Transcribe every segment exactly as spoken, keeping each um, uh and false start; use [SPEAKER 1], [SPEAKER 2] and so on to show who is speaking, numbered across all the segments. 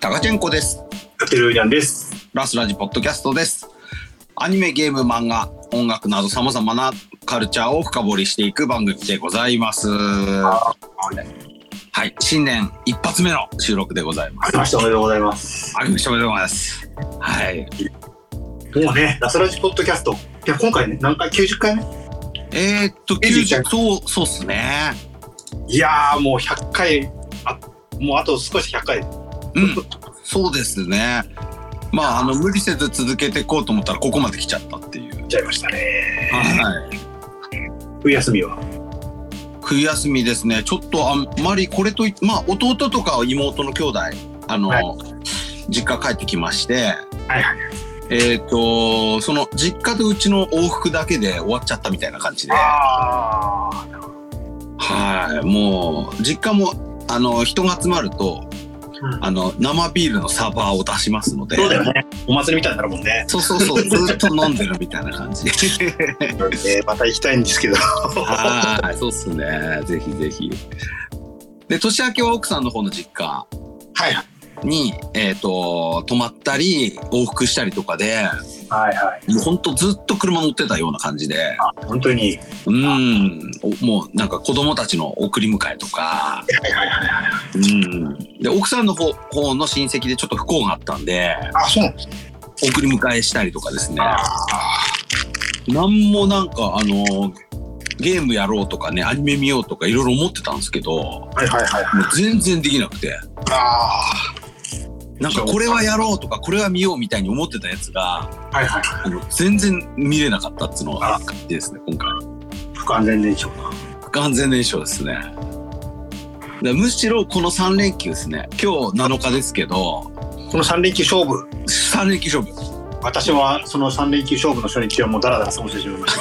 [SPEAKER 1] タカチェンコです。
[SPEAKER 2] カテルーニャンです。
[SPEAKER 1] ラスラジポッドキャストです。アニメ、ゲーム、漫画、音楽など様々なカルチャーを深掘りしていく番組でございます。はい、新年一発目の収録でございます。
[SPEAKER 2] あけましておめでとうございます。
[SPEAKER 1] あけましておめでとうございます。はい。
[SPEAKER 2] もうね、ラスラジポッドキャスト、いや今回ね、何回きゅうじゅっかいめ？
[SPEAKER 1] えー、っときゅうじゅう、そうそうっすね。
[SPEAKER 2] いやーもうひゃっかい、あ、もうあと少しひゃっかい。
[SPEAKER 1] うん、そうですね。まああの無理せず続けていこうと思ったらここまで来ちゃったっていう。
[SPEAKER 2] 来ちゃいましたね。
[SPEAKER 1] はい。
[SPEAKER 2] 冬休みは？
[SPEAKER 1] 冬休みですね。ちょっとあんまりこれといまあ弟とか妹の兄弟あの、はい、実家帰ってきまして、
[SPEAKER 2] はいはい。
[SPEAKER 1] えっとその実家とうちの往復だけで終わっちゃったみたいな感じで。
[SPEAKER 2] ああ。
[SPEAKER 1] はい。もう実家もあの人が集まると。うん、あの生ビールのサーバーを出しますので。
[SPEAKER 2] そうだよね。お祭りみたいになるもんね。
[SPEAKER 1] そうそうそう。ずっと飲んでるみたいな感じ。
[SPEAKER 2] えまた行きたいんですけど。
[SPEAKER 1] はい、そうっすね。ぜひぜひ。で年明けは奥さんの方の実家に、はいえっと泊まったり往復したりとかで、はいはい。もう本当ずっと車乗ってたような感じで。
[SPEAKER 2] あ、本当に。
[SPEAKER 1] うん。もうなんか子供たちの送り迎えとか。
[SPEAKER 2] はいはいはいはい。
[SPEAKER 1] うん。で奥さんの方方の親戚でちょっと不幸があったんで。
[SPEAKER 2] あ、そうなんですね。
[SPEAKER 1] 送り迎えしたりとかですね。なんもなんかあのゲームやろうとかねアニメ見ようとかいろいろ思ってたんですけど。
[SPEAKER 2] はいはいはい、はい。
[SPEAKER 1] もう全然できなくて。ああ。なんかこれはやろうとかこれは見ようみたいに思ってたやつが、はいはいはい、あの全然見れなかったっていうのが感じですね今回。
[SPEAKER 2] 不完全燃焼か。
[SPEAKER 1] 不完全燃焼ですね。でむしろこのさん連休ですね。今日なのかですけど、
[SPEAKER 2] このさん連休勝負。
[SPEAKER 1] さん連休勝負。私
[SPEAKER 2] はそのさん連休勝負の初日はもうダラダラ過ごしてしまいました。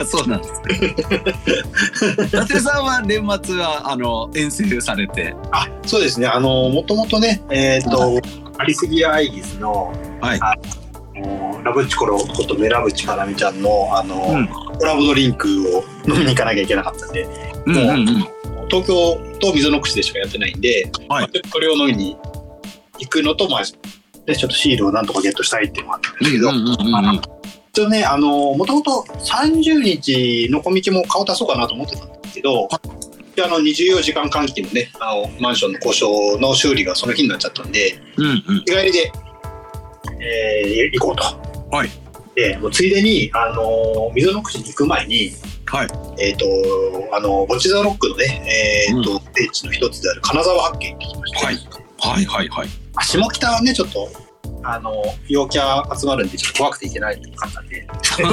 [SPEAKER 1] そうなんですね。伊達さんは年末はあの遠征されて。
[SPEAKER 2] あ、そうですね。あのもともとね、えっ、ー、とアリスギアアイギスの、はい、あのラブチコロことメラブチカナミちゃんのあの、うん、コラボドリンクを飲みに行かなきゃいけなかったんで、うんうんうん、もう東京と溝の口でしかやってないんで、はいまあ、これを飲みに行くのとまあでちょっとシールをなんとかゲットしたいっていうのがあったんですけど、一応ね、あのもともとさんじゅうにちの小道も顔出そうかなと思ってたんですけど、あのにじゅうよじかん換気のね、あのマンションの故障の修理がその日になっちゃったんで、うんうん、日帰りで、えー、行こうと。はい。で、もうついでにあの溝の口に行く前に、はい。えっ、ー、とあのボッチザロックのね、えっ、ー、と聖地の一つである金沢八景に行きました、ね。はい。はいはいはい。下北はねちょっとあの陽キャ集まるんでちょっと怖くていけないかったんで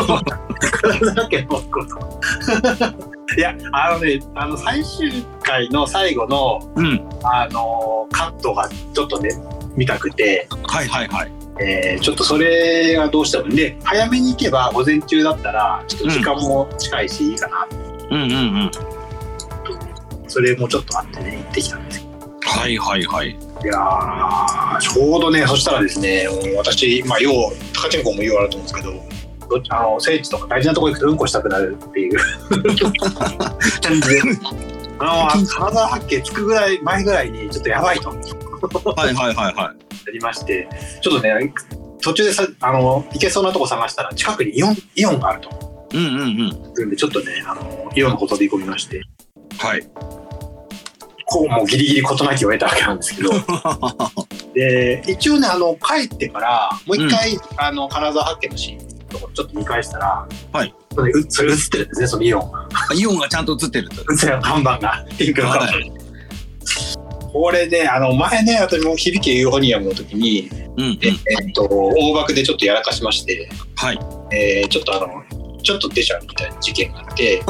[SPEAKER 2] いやあのねあの最終回の最後の、うん、あのカットがちょっとね見たくてはいはいはい、えー、ちょっとそれがどうしてもね早めに行けば午前中だったらちょっと時間も近いし、うん、いいかなうんうんうんそれもちょっとあってね行ってきたんですけどはいはいはい。いやーちょうどねそしたらですね私まあ要高千子も言われると思うんですけどあの聖地とか大事なとこ行くとうんこしたくなるっていう感じであの金沢八景着くぐらい前ぐらいにちょっとやばいとはいはいはいはいやりましてちょっとね途中でさあの行けそうなとこ探したら近くにイオンイオンがあるとうんうんうんでちょっとねあのイオンのことで行こみましてはいこうもうギリギリ事なきを得たわけなんですけどで一応ねあの帰ってからもう一回、うん、あの金沢八景のシーンのところちょっと見返したら、はい、それ、それ映ってるんですねそのイオンが
[SPEAKER 1] イオンがちゃんと映ってると
[SPEAKER 2] 映ってる看板がピンクの看板、はい、これねあの前ね私も響けユーフォニアムの時に、うんうん、ええっと大爆でちょっとやらかしまして、はいえー、ちょっとあのちょっと出ちゃうみたいな事件があって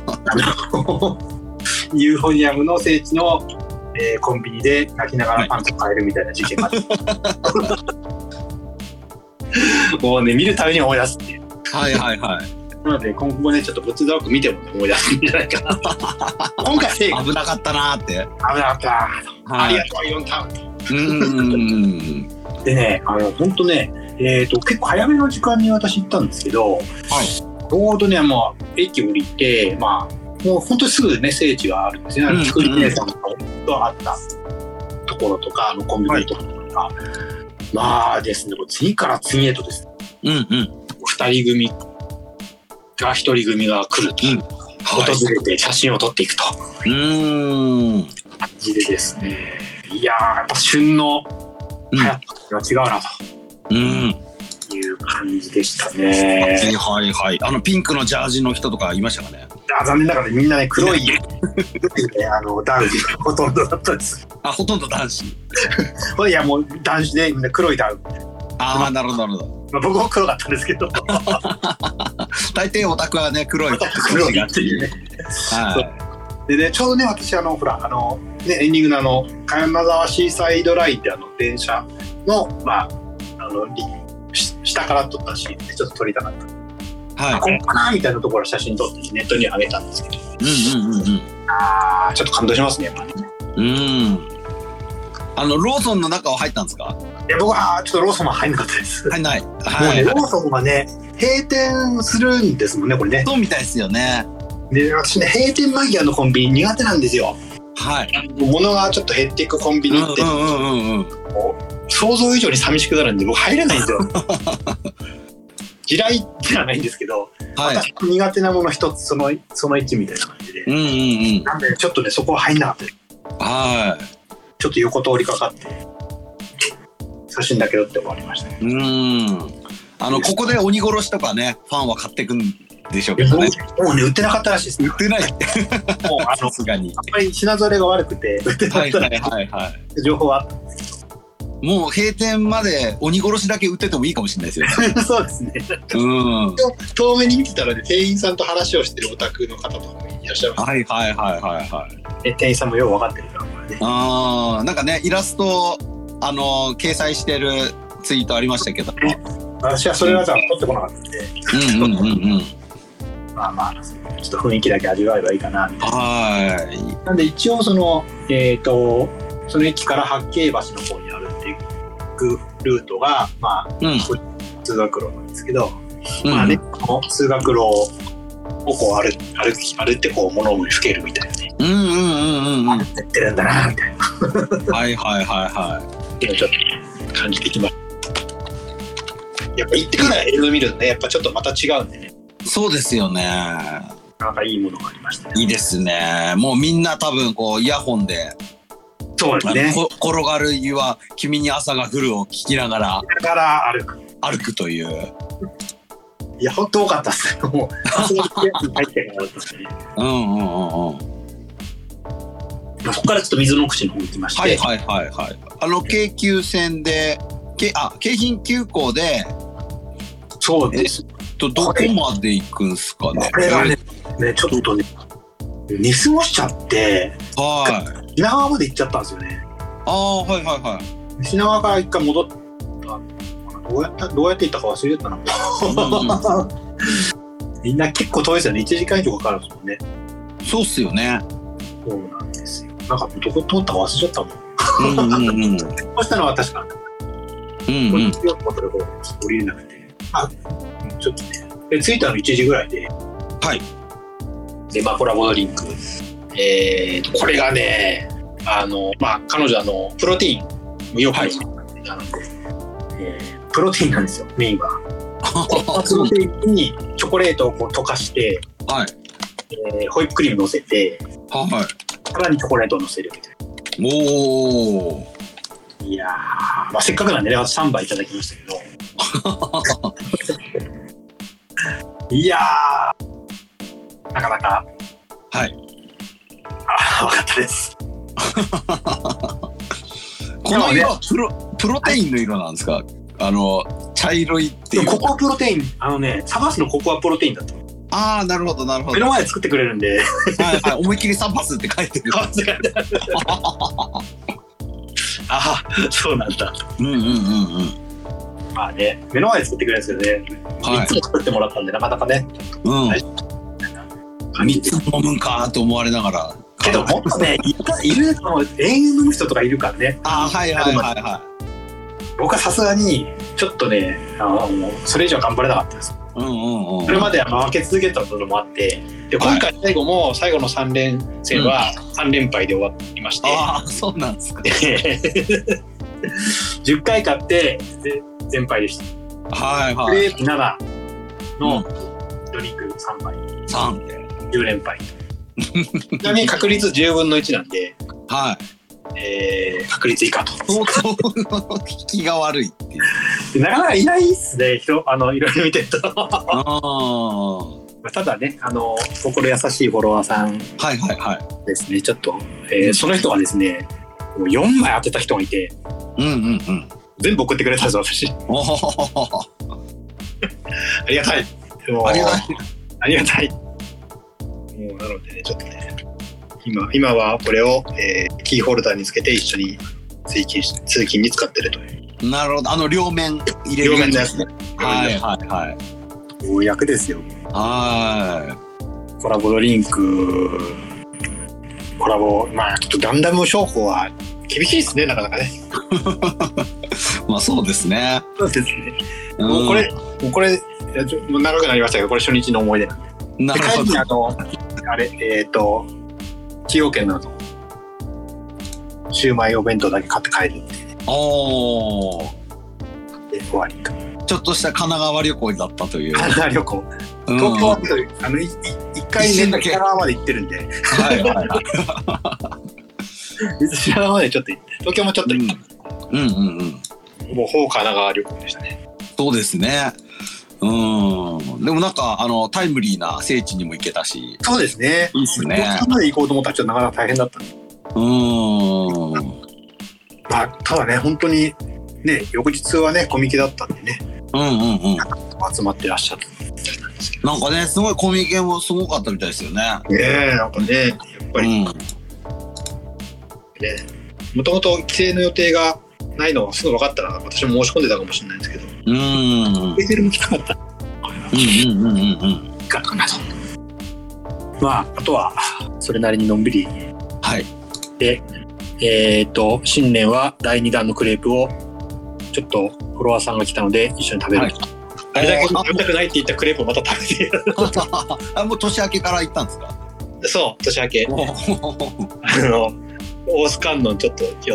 [SPEAKER 2] ユーフォニアムの聖地の、えー、コンビニで泣きながらパンツを買えるみたいな事件があって、はい、もうね見るたびに思い出すっていうはいはいはいなので今後ねちょっとボッチザロック見ても思い出すんじゃないかな今回正解
[SPEAKER 1] 危なかったなーって危な
[SPEAKER 2] かったな、はい、ありがとうイオンタウンでねあの本当ねえーと結構早めの時間に私行ったんですけど、はい、ちょうどねもう駅降りてまあもう本当にすぐね聖地があるんですね。菊池姉さんとあったところとかあのコンビニとか、はい、 あまあですね、次から次へとですね、うんうん、ふたり組がひとり組が来ると、うん、訪れて写真を撮っていくと、うーん感じでですね、いやーやっぱ旬の流行った時は違うなと、うん、いう感じでしたね。
[SPEAKER 1] はいはいはい。あのピンクのジャージの人とかいましたかね。
[SPEAKER 2] あ、残念ながらみんなね黒いねあの男子ほとんどだったんです。
[SPEAKER 1] あ、ほとんど男子。
[SPEAKER 2] いやもう男子でみんな黒いダウン。
[SPEAKER 1] ああ、なるほどなるほど。
[SPEAKER 2] まあ、僕も黒かったんですけど。
[SPEAKER 1] 大抵オタクはね黒い
[SPEAKER 2] 黒いっていうね。はい。でねちょうどね私あのほらあのねエンディングのあの金沢シーサイドラインってあの電車のまああの下から撮ったシーンでちょっと撮りたかった。はい、ここかなみたいなところ写真撮ってネットに上げたんですけど、うんうんうんうん、あーちょっと感動しますねやっぱりね。うん。
[SPEAKER 1] あのローソンの中は入ったんですか？
[SPEAKER 2] いや僕はちょっとローソンは入んなかったです。
[SPEAKER 1] 入んない。
[SPEAKER 2] はい、もうねローソンはね閉店するんですもんねこれね。
[SPEAKER 1] そうみたいですよね。
[SPEAKER 2] で私ね閉店間際のコンビニ苦手なんですよ。
[SPEAKER 1] はい。
[SPEAKER 2] 物がちょっと減っていくコンビニって、うんうんうんうん、想像以上に寂しくなるんで僕入れないんですよ。嫌いではないんですけど、はい、私苦手なもの一つそのその一みたいな感じで、うんうんうん、なんでちょっとねそこは入んなかったです。はい。ちょっと横通りかかって写真だけ撮って終わりましたね。うん。
[SPEAKER 1] あのここで鬼殺しとかねファンは買っていくんでしょうけどね。
[SPEAKER 2] もうね売ってなかったらしいですね。
[SPEAKER 1] 売ってない。
[SPEAKER 2] もうあのさすがに。あんまり品ぞれが悪くて売ってなかったらしい。はいはいはいはい。情報はあったんですけど。
[SPEAKER 1] もう閉店まで鬼殺しだけ売っててもいいかもしれないですよね。
[SPEAKER 2] そうですね。うん。遠目に見てたらね、店員さんと話をしてるオタクの方とかもいらっしゃいます。
[SPEAKER 1] はいはいはいはいはい。
[SPEAKER 2] え店員さんもよう分かってるからね。
[SPEAKER 1] ああ、なんかねイラストあの掲載してるツイートありましたけど。
[SPEAKER 2] 私はそれはじゃあ撮ってこなかったんで。うんうんうんうん。まあまあちょっと雰囲気だけ味わえばいいかなみたいな。はい。なんで一応そのえっとその駅から八景橋の方にあるっていうルートがまあ、うん、通学路なんですけど、うん、まあねこの通学路をこう歩歩き歩いてこう物思いふけるみたいなね。うんうんうんうん。やってるんだなみたいな。
[SPEAKER 1] はいはいはいはい。
[SPEAKER 2] っていうのちょっと感じてきました。やっぱ行ってから映像見るとねやっぱちょっとまた違うんでね。
[SPEAKER 1] そうですよね。
[SPEAKER 2] なんかいいものがありましたね。
[SPEAKER 1] いいですね。もうみんな多分こうイヤホンで。
[SPEAKER 2] そうですね。
[SPEAKER 1] 転がる湯は君に朝が降るを聞きながら
[SPEAKER 2] だから歩く
[SPEAKER 1] 歩くという。
[SPEAKER 2] いや本当多かったっすよ。もう朝のやつに入ってからだったっすね。うんうんうんうん。そこからちょっと水の口の方に行きまして。
[SPEAKER 1] はいはいはいはい。あの京急線で、けあ京浜急行で。
[SPEAKER 2] そうです。
[SPEAKER 1] とどこまで行くんすかね。
[SPEAKER 2] これがね、ねちょっとね寝過ごしちゃって。はい。品川まで行っちゃったんですよね。
[SPEAKER 1] ああはいはいはい。
[SPEAKER 2] 品川から一回戻った。どうやったどうやって行ったか忘れてたな。うん、みんな結構遠いですよね。いちじかん以上かかるんですもんね。
[SPEAKER 1] そうっすよね。
[SPEAKER 2] そうなんですよ。なんかどこ通ったか忘れちゃったもん。うんうんうん。そうしたのは確か。うんうん。これ降りれなくて。あ、ちょっとね。で着いたのいちじぐらいで。はい。でマコラボドリンク。えー、これがね、あのまあ彼女あのプロテインよく入ってるなので、えー、プロテインなんですよメインは。プロテインにチョコレートをこう溶かして、はいえー、ホイップクリーム乗せて、はい、さらにチョコレートを乗せるみたいな。おお。いやー、まあせっかくなんでねさんばいいただきましたけど。いやー、なかなか。はい。あ、分かったです。
[SPEAKER 1] この色はプロ、プロテインの色なんですか？あの茶色いっていう。
[SPEAKER 2] ココアプロテイン、あのね、サバスのココアプロテインだと。
[SPEAKER 1] ああ、なるほどなるほど。
[SPEAKER 2] 目の前で作ってくれるんで。
[SPEAKER 1] はいはい、思いっきりサバスって書いてる。
[SPEAKER 2] ああ、そうなんだ。うんうんうんうん。まあね、目の前で作ってくれるんですけどね。はい、いつも作ってもらったんでなかなかね。うん。
[SPEAKER 1] みっつ飲むんかと思われながら。
[SPEAKER 2] けどもっとねいるの永遠飲む人とかいるからね。
[SPEAKER 1] あはいはいはいはい。
[SPEAKER 2] 僕はさすがにちょっとねあのそれ以上頑張れなかったです。うんうんうん。それまでは負け続けたこともあってで今回最後も最後のさん連戦はさん連敗で終わりまして。
[SPEAKER 1] ああそうなんですか。
[SPEAKER 2] じゅっかい買って全敗でした。
[SPEAKER 1] はいはい。
[SPEAKER 2] クレープななのドリンクさんばい。
[SPEAKER 1] さんで。
[SPEAKER 2] じゅう連敗。ちなみに確率じゅうぶんのいちなんで、
[SPEAKER 1] はい。
[SPEAKER 2] えー、確率以下と。
[SPEAKER 1] 相当引きが悪いっていう。
[SPEAKER 2] なかなかいないっすね、人、あの、いろいろ見てると。
[SPEAKER 1] あ
[SPEAKER 2] ただね、あの、心優しいフォロワーさんですね、
[SPEAKER 1] はいはいはい、
[SPEAKER 2] ちょっと、えー、その人がですね、もうよんまい当てた人がいて、
[SPEAKER 1] うんうんうん。
[SPEAKER 2] 全部送ってくれたんですよ、私。
[SPEAKER 1] お
[SPEAKER 2] ありがたい。もう
[SPEAKER 1] ありがたい。
[SPEAKER 2] ありがたい。もうなのでね、ちょっとね、今、今はこれを、えー、キーホルダーにつけて一緒に通勤し、通勤に使ってるという。
[SPEAKER 1] なるほど。あの両面入れる
[SPEAKER 2] やつですね。
[SPEAKER 1] はいはいはい。
[SPEAKER 2] ようやくですよ。
[SPEAKER 1] はい。
[SPEAKER 2] コラボドリンク、コラボ、まあちょっとガンダム商法は厳しいですね、なかなかね。
[SPEAKER 1] まあそうですね。
[SPEAKER 2] そうですね。うん、もうこれ、もうこれ、もう長くなりましたけど、これ初日の思い出なんで。
[SPEAKER 1] なるほど。
[SPEAKER 2] あの、あれ、えっ、ー、と、崎陽軒のシウマイお弁当だけ買って帰るっていうね。
[SPEAKER 1] おー。
[SPEAKER 2] で、終わりか。
[SPEAKER 1] ちょっとした神奈川旅行だったという。
[SPEAKER 2] 神奈川旅行。東京は、あの、一回ね、神奈川まで行ってるんで。はいはいはい。神奈川までちょっと行って、東京もちょっと行った。
[SPEAKER 1] うん、うんうんうん。
[SPEAKER 2] もう、ほぼ神奈川旅行でしたね。
[SPEAKER 1] そうですね。うん。でもなんか、あの、タイムリーな聖地にも行けたし。
[SPEAKER 2] そうですね。
[SPEAKER 1] いいっすね。
[SPEAKER 2] 東京まで行こうと思ったらちょっとなかなか大変だったんで。
[SPEAKER 1] うん。
[SPEAKER 2] まあ、ただね、本当に、ね、翌日はね、コミケだったんでね。
[SPEAKER 1] うんうんうん。
[SPEAKER 2] 集まってらっしゃった。
[SPEAKER 1] なんかね、すごいコミケもすごかったみたいですよね。
[SPEAKER 2] ねえ、なんかね、やっぱり。うん、ね、もともと規制の予定がないのはすぐ分かったら、私も申し込んでたかもしれないんですけど。
[SPEAKER 1] うん。
[SPEAKER 2] レベルも低かった。
[SPEAKER 1] うんうんうんうんうん。
[SPEAKER 2] かかなと。まあ、あとは、それなりにのんびり。
[SPEAKER 1] はい。
[SPEAKER 2] で、えっと、新年はだいにだんのクレープを、ちょっとフォロワーさんが来たので、一緒に食べる。はい、あれだけ食べたくないって言ったクレープをまた食べて
[SPEAKER 1] あ、もう年明けから行ったんですか？
[SPEAKER 2] そう、年明け。あの、オース観音ちょっと寄って、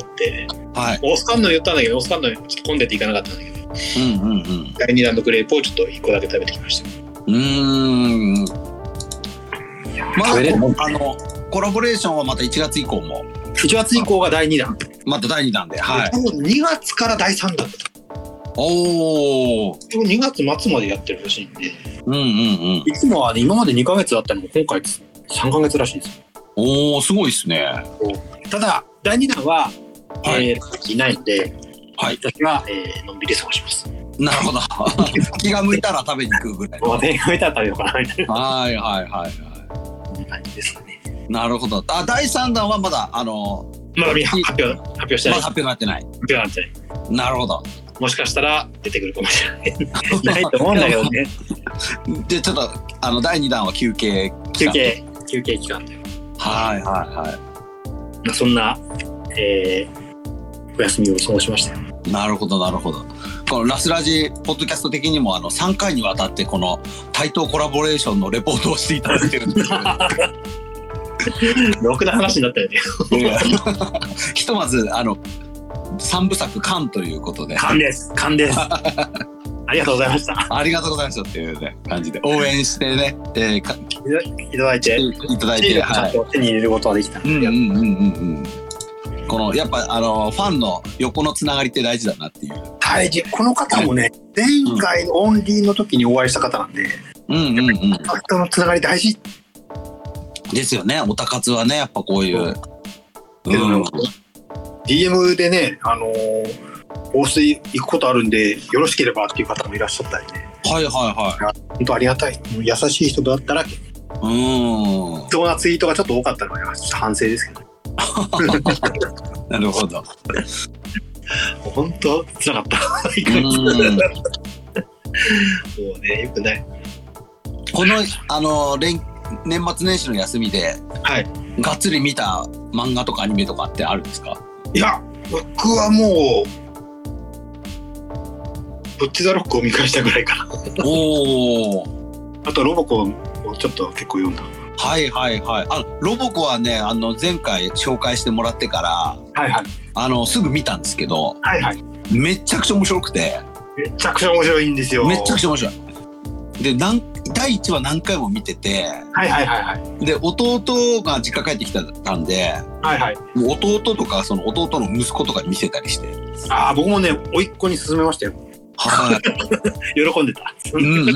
[SPEAKER 2] はい、オース観音寄ったんだけど、オース観音ちょっと混んでて行かなかったんだけど、うんうんうん、だいにだんのクレープをちょっといっこだけ食べてきました。
[SPEAKER 1] うーん。まあ、あの、コラボレーションはまたいちがつ以降も。
[SPEAKER 2] いちがつ以降がだいにだん。
[SPEAKER 1] まただいにだんで。はい。
[SPEAKER 2] 多分にがつからだいさんだんだった。
[SPEAKER 1] おお。
[SPEAKER 2] にがつまつまでやってるらしいんで。
[SPEAKER 1] うんうんうん。
[SPEAKER 2] いつもは、ね、今までにかげつだったのも今回さんかげつらしいんですよ。
[SPEAKER 1] おお、すごいですね。
[SPEAKER 2] ただだいにだんは、はい、えー、いないので、
[SPEAKER 1] はい、
[SPEAKER 2] 私は、えー、のんびり過ごします。
[SPEAKER 1] なるほど。気が向いたら食べに行くぐらい。
[SPEAKER 2] 気が向いたら食べようかなみたいな。
[SPEAKER 1] はいはいはいはい。
[SPEAKER 2] こんな感じですかね。
[SPEAKER 1] なるほど。あ、だいさんだんはまだあの
[SPEAKER 2] まだ発表発表してない。
[SPEAKER 1] まだ発表になってない。
[SPEAKER 2] 発表になってない。な
[SPEAKER 1] るほど。
[SPEAKER 2] もしかしたら出てくるかもしれない。ないと思うんだけどね。
[SPEAKER 1] でちょっとあのだいにだんは休憩
[SPEAKER 2] 休憩休憩期間で。
[SPEAKER 1] はいはいはい。
[SPEAKER 2] まあそんな、えー、お休みを過ごしましたよ。
[SPEAKER 1] なるほどなるほど。このラスラジポッドキャスト的にもあのさんかいにわたってこの対等コラボレーションのレポートをしていただいてるんですけど。
[SPEAKER 2] ろくな話になったよね。
[SPEAKER 1] ひとまずあの三部作完ということで。
[SPEAKER 2] 完です完です。ありがとうございました。
[SPEAKER 1] ありがとうございましたっていう、ね、感じで応援してね、えー、か
[SPEAKER 2] いただいて
[SPEAKER 1] いただいて、
[SPEAKER 2] はい、ちゃんと手に入れることができたので、うんうんうんうん
[SPEAKER 1] うんこのやっぱあのファンの横のつながりって大事だなっていう。
[SPEAKER 2] 大事。この方もね、前回のオンリーの時にお会いした方なんで、
[SPEAKER 1] うんうんうん、
[SPEAKER 2] 人のつながり大事
[SPEAKER 1] ですよね。オタ活はねやっぱこういう。
[SPEAKER 2] けど、うん、ディーエム でね、あのー、放水行くことあるんでよろしければっていう方もいらっしゃったりね。はいはいはい。本当ありがたい。優しい人だったらけ。うん。そんなツイートがちょっと多かったのはちょっと反省ですけど。
[SPEAKER 1] なるほど。
[SPEAKER 2] 本当つらかった。もうねよくない。
[SPEAKER 1] このあの連年末年始の休みで、
[SPEAKER 2] はい、
[SPEAKER 1] がっつり見た漫画とかアニメとかってあるんですか？
[SPEAKER 2] いや僕はもうブッチザロックを見返したぐらいかな。おお。あとロボコンをちょっと結構読んだ。
[SPEAKER 1] はいはいはい。あのロボコはね、あの前回紹介してもらってから、
[SPEAKER 2] はいはい、
[SPEAKER 1] あのすぐ見たんですけど、
[SPEAKER 2] はいはい、
[SPEAKER 1] めちゃくちゃ面白くて。
[SPEAKER 2] めちゃくちゃ面白いんですよ。
[SPEAKER 1] めちゃくちゃ面白い。で、なんだいいちわ何回も見てて、
[SPEAKER 2] はいはいはいはい。
[SPEAKER 1] で、弟が実家帰ってきたんで、
[SPEAKER 2] はいはい、
[SPEAKER 1] もう弟とかその弟の息子とかに見せたりして。
[SPEAKER 2] ああ、僕もね、甥っ子に勧めましたよ。はい。喜んでた。
[SPEAKER 1] うんうんうん。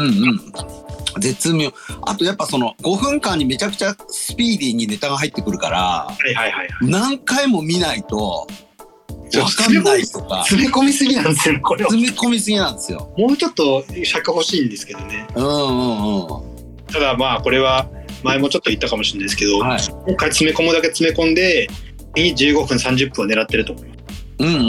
[SPEAKER 1] 絶妙。あとやっぱそのごふんかんにめちゃくちゃスピーディーにネタが入ってくるから、
[SPEAKER 2] はいはいはい、
[SPEAKER 1] 何回も見ないと分かんないとか。
[SPEAKER 2] 詰め込みすぎなんですよ、これは。
[SPEAKER 1] 詰め込みすぎなんですよ。
[SPEAKER 2] もうちょっと尺欲しいんですけどね。
[SPEAKER 1] うんうんうん。
[SPEAKER 2] ただまあこれは前もちょっと言ったかもしれないですけど、はい、今回詰め込むだけ詰め込んでじゅうごふんさんじゅっぷんを狙ってると思います。
[SPEAKER 1] うんうんうん。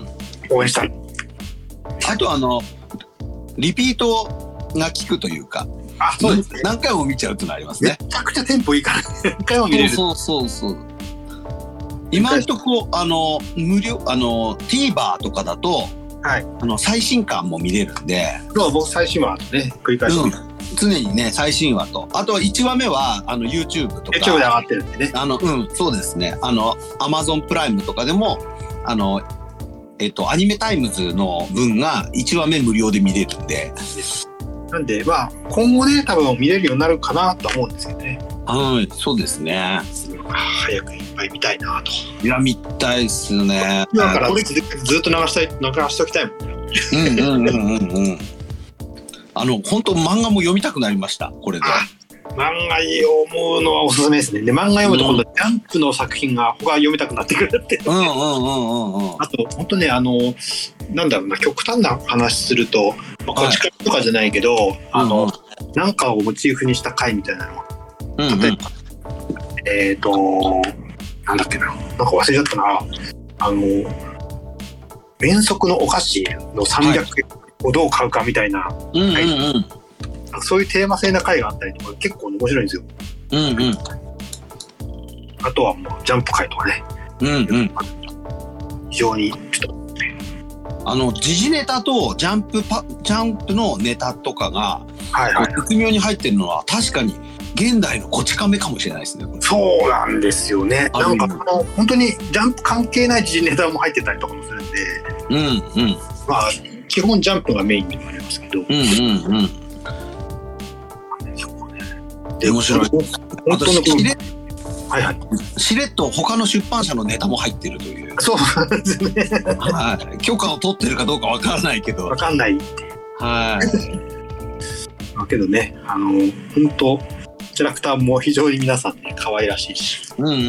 [SPEAKER 2] 応援したい。
[SPEAKER 1] あとあのリピートが効くというか、
[SPEAKER 2] あ、そうですね、
[SPEAKER 1] 何回も見ちゃうってのありますね。
[SPEAKER 2] めちゃくちゃテンポいいから何回も見れる。
[SPEAKER 1] そうそうそうそう。今んとこあの無料あの TVer とかだと、はい、あの最新刊も見れるんで。
[SPEAKER 2] そう僕最新話とね繰り返し、うん、
[SPEAKER 1] 常にね最新話と、あといちわめはあの YouTube とか
[SPEAKER 2] YouTube で上がってるんでね。
[SPEAKER 1] あのうんそうですね、あの Amazon プライムとかでもあのえっとアニメタイムズの分がいちわめ無料で見れるんで。
[SPEAKER 2] なんでまあ今後ね多分見れるようになるかなと思うんですけどね。
[SPEAKER 1] はい、そうですね。
[SPEAKER 2] 早くいっぱい見たいなと。
[SPEAKER 1] いや見たいですね。
[SPEAKER 2] 今からずっと流したい流しておきたいもんね。
[SPEAKER 1] うんうんうんうんうん。あの本当漫画も読みたくなりましたこれで。
[SPEAKER 2] 漫画読むのはおすすめですね。で漫画読むと今度ジャンプの作品が他読みたくなってくるって。うんうんうんうんうん。あと本当ねあのなんだろうな、極端な話すると、まあ、こっちからとかじゃないけど、はい、あの、うんうん、なんかをモチーフにした回みたいなのが、うんうん、例えばえっ、ー、となんだっけな、なんか忘れちゃったな、あの遠足のお菓子のさんびゃくえんをどう買うかみたいな、はいうんうんうん、そういうテーマ性な回があったりとか結構面白いんですよ。うんうん、あとはもうジャンプ回とかね、うんうん、非常にちょっと
[SPEAKER 1] あの時事ネタとジャンプパジャンプのネタとかが、はいはい、絶妙に入ってるのは確かに現代のこち亀かもしれないですね。
[SPEAKER 2] そうなんですよね。なんかあの本当にジャンプ関係ない時事ネタも入ってたりとかもするんで、うんうん、まあ基本ジャンプがメインにもありますけど、うんうんうん。
[SPEAKER 1] で面白い。あとしれ、はいはい、しれっと他の出版社のネタも入ってるという。
[SPEAKER 2] そうなんですね。
[SPEAKER 1] はい、許可を取ってるかどうかわからないけど。
[SPEAKER 2] わかんない。はい。だけどね、あの本当キャラクターも非常に皆さんね可愛らしいし。うんうんうんうん。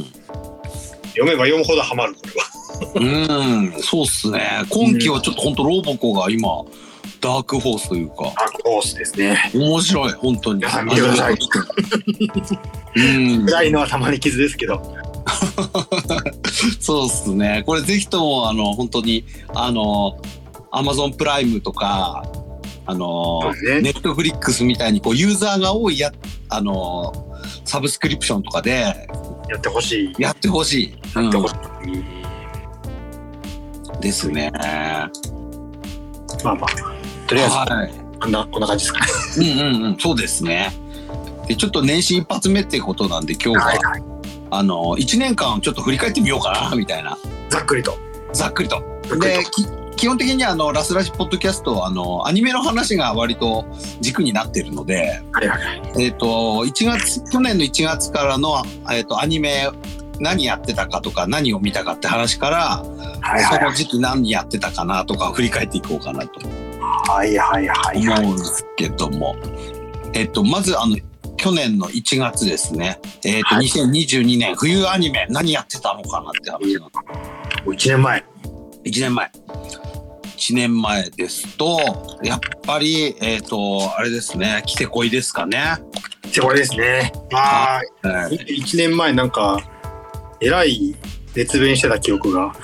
[SPEAKER 2] 読めば読むほどハマるこれ
[SPEAKER 1] は。うん、そうっすね。今期はちょっと本当ロボコが今ダークホースというか。
[SPEAKER 2] ダークホースですね。
[SPEAKER 1] 面白い本当に。
[SPEAKER 2] 皆さん見てください。うん。暗いのはたまに傷ですけど。
[SPEAKER 1] そうっすね。これぜひともあの本当にあの Amazon プライムとかあの、ね、Netflix みたいにこうユーザーが多いやあのサブスクリプションとかで
[SPEAKER 2] やってほしい。
[SPEAKER 1] やってほしい。
[SPEAKER 2] やってほしい。
[SPEAKER 1] うん、ですね。
[SPEAKER 2] まあまあとりあえず、はい、こんなこんな感じですかね。
[SPEAKER 1] うんうんうん、そうですね。でちょっと年始一発目っていうことなんで今日は、はいはい、あのいちねんかんちょっと振り返ってみようかなみたいな。
[SPEAKER 2] ざっくりと。
[SPEAKER 1] ざっくりと。で基本的にあのラスラジポッドキャストはあのアニメの話が割と軸になってるので、はいはいはい、えっ、ー、といちがつ去年のいちがつからのえっ、ー、とアニメ何やってたかとか何を見たかって話から、はいはいはい、その時期何やってたかなとか振り返っていこうかなと
[SPEAKER 2] はいはいはい
[SPEAKER 1] 思うんですけども、えっ、ー、とまずあの去年のいちがつですね、えっ、ー、と、はい、にせんにじゅうにねん冬アニメ何やってたのかなって話が。
[SPEAKER 2] もういちねんまえ。
[SPEAKER 1] いちねんまえ。いちねんまえですと、やっぱり、えっ、ー、と、あれですね、キテコイですかね。
[SPEAKER 2] キテコイですね。まあ、はい、いちねんまえなんか、えらい熱弁してた記憶が。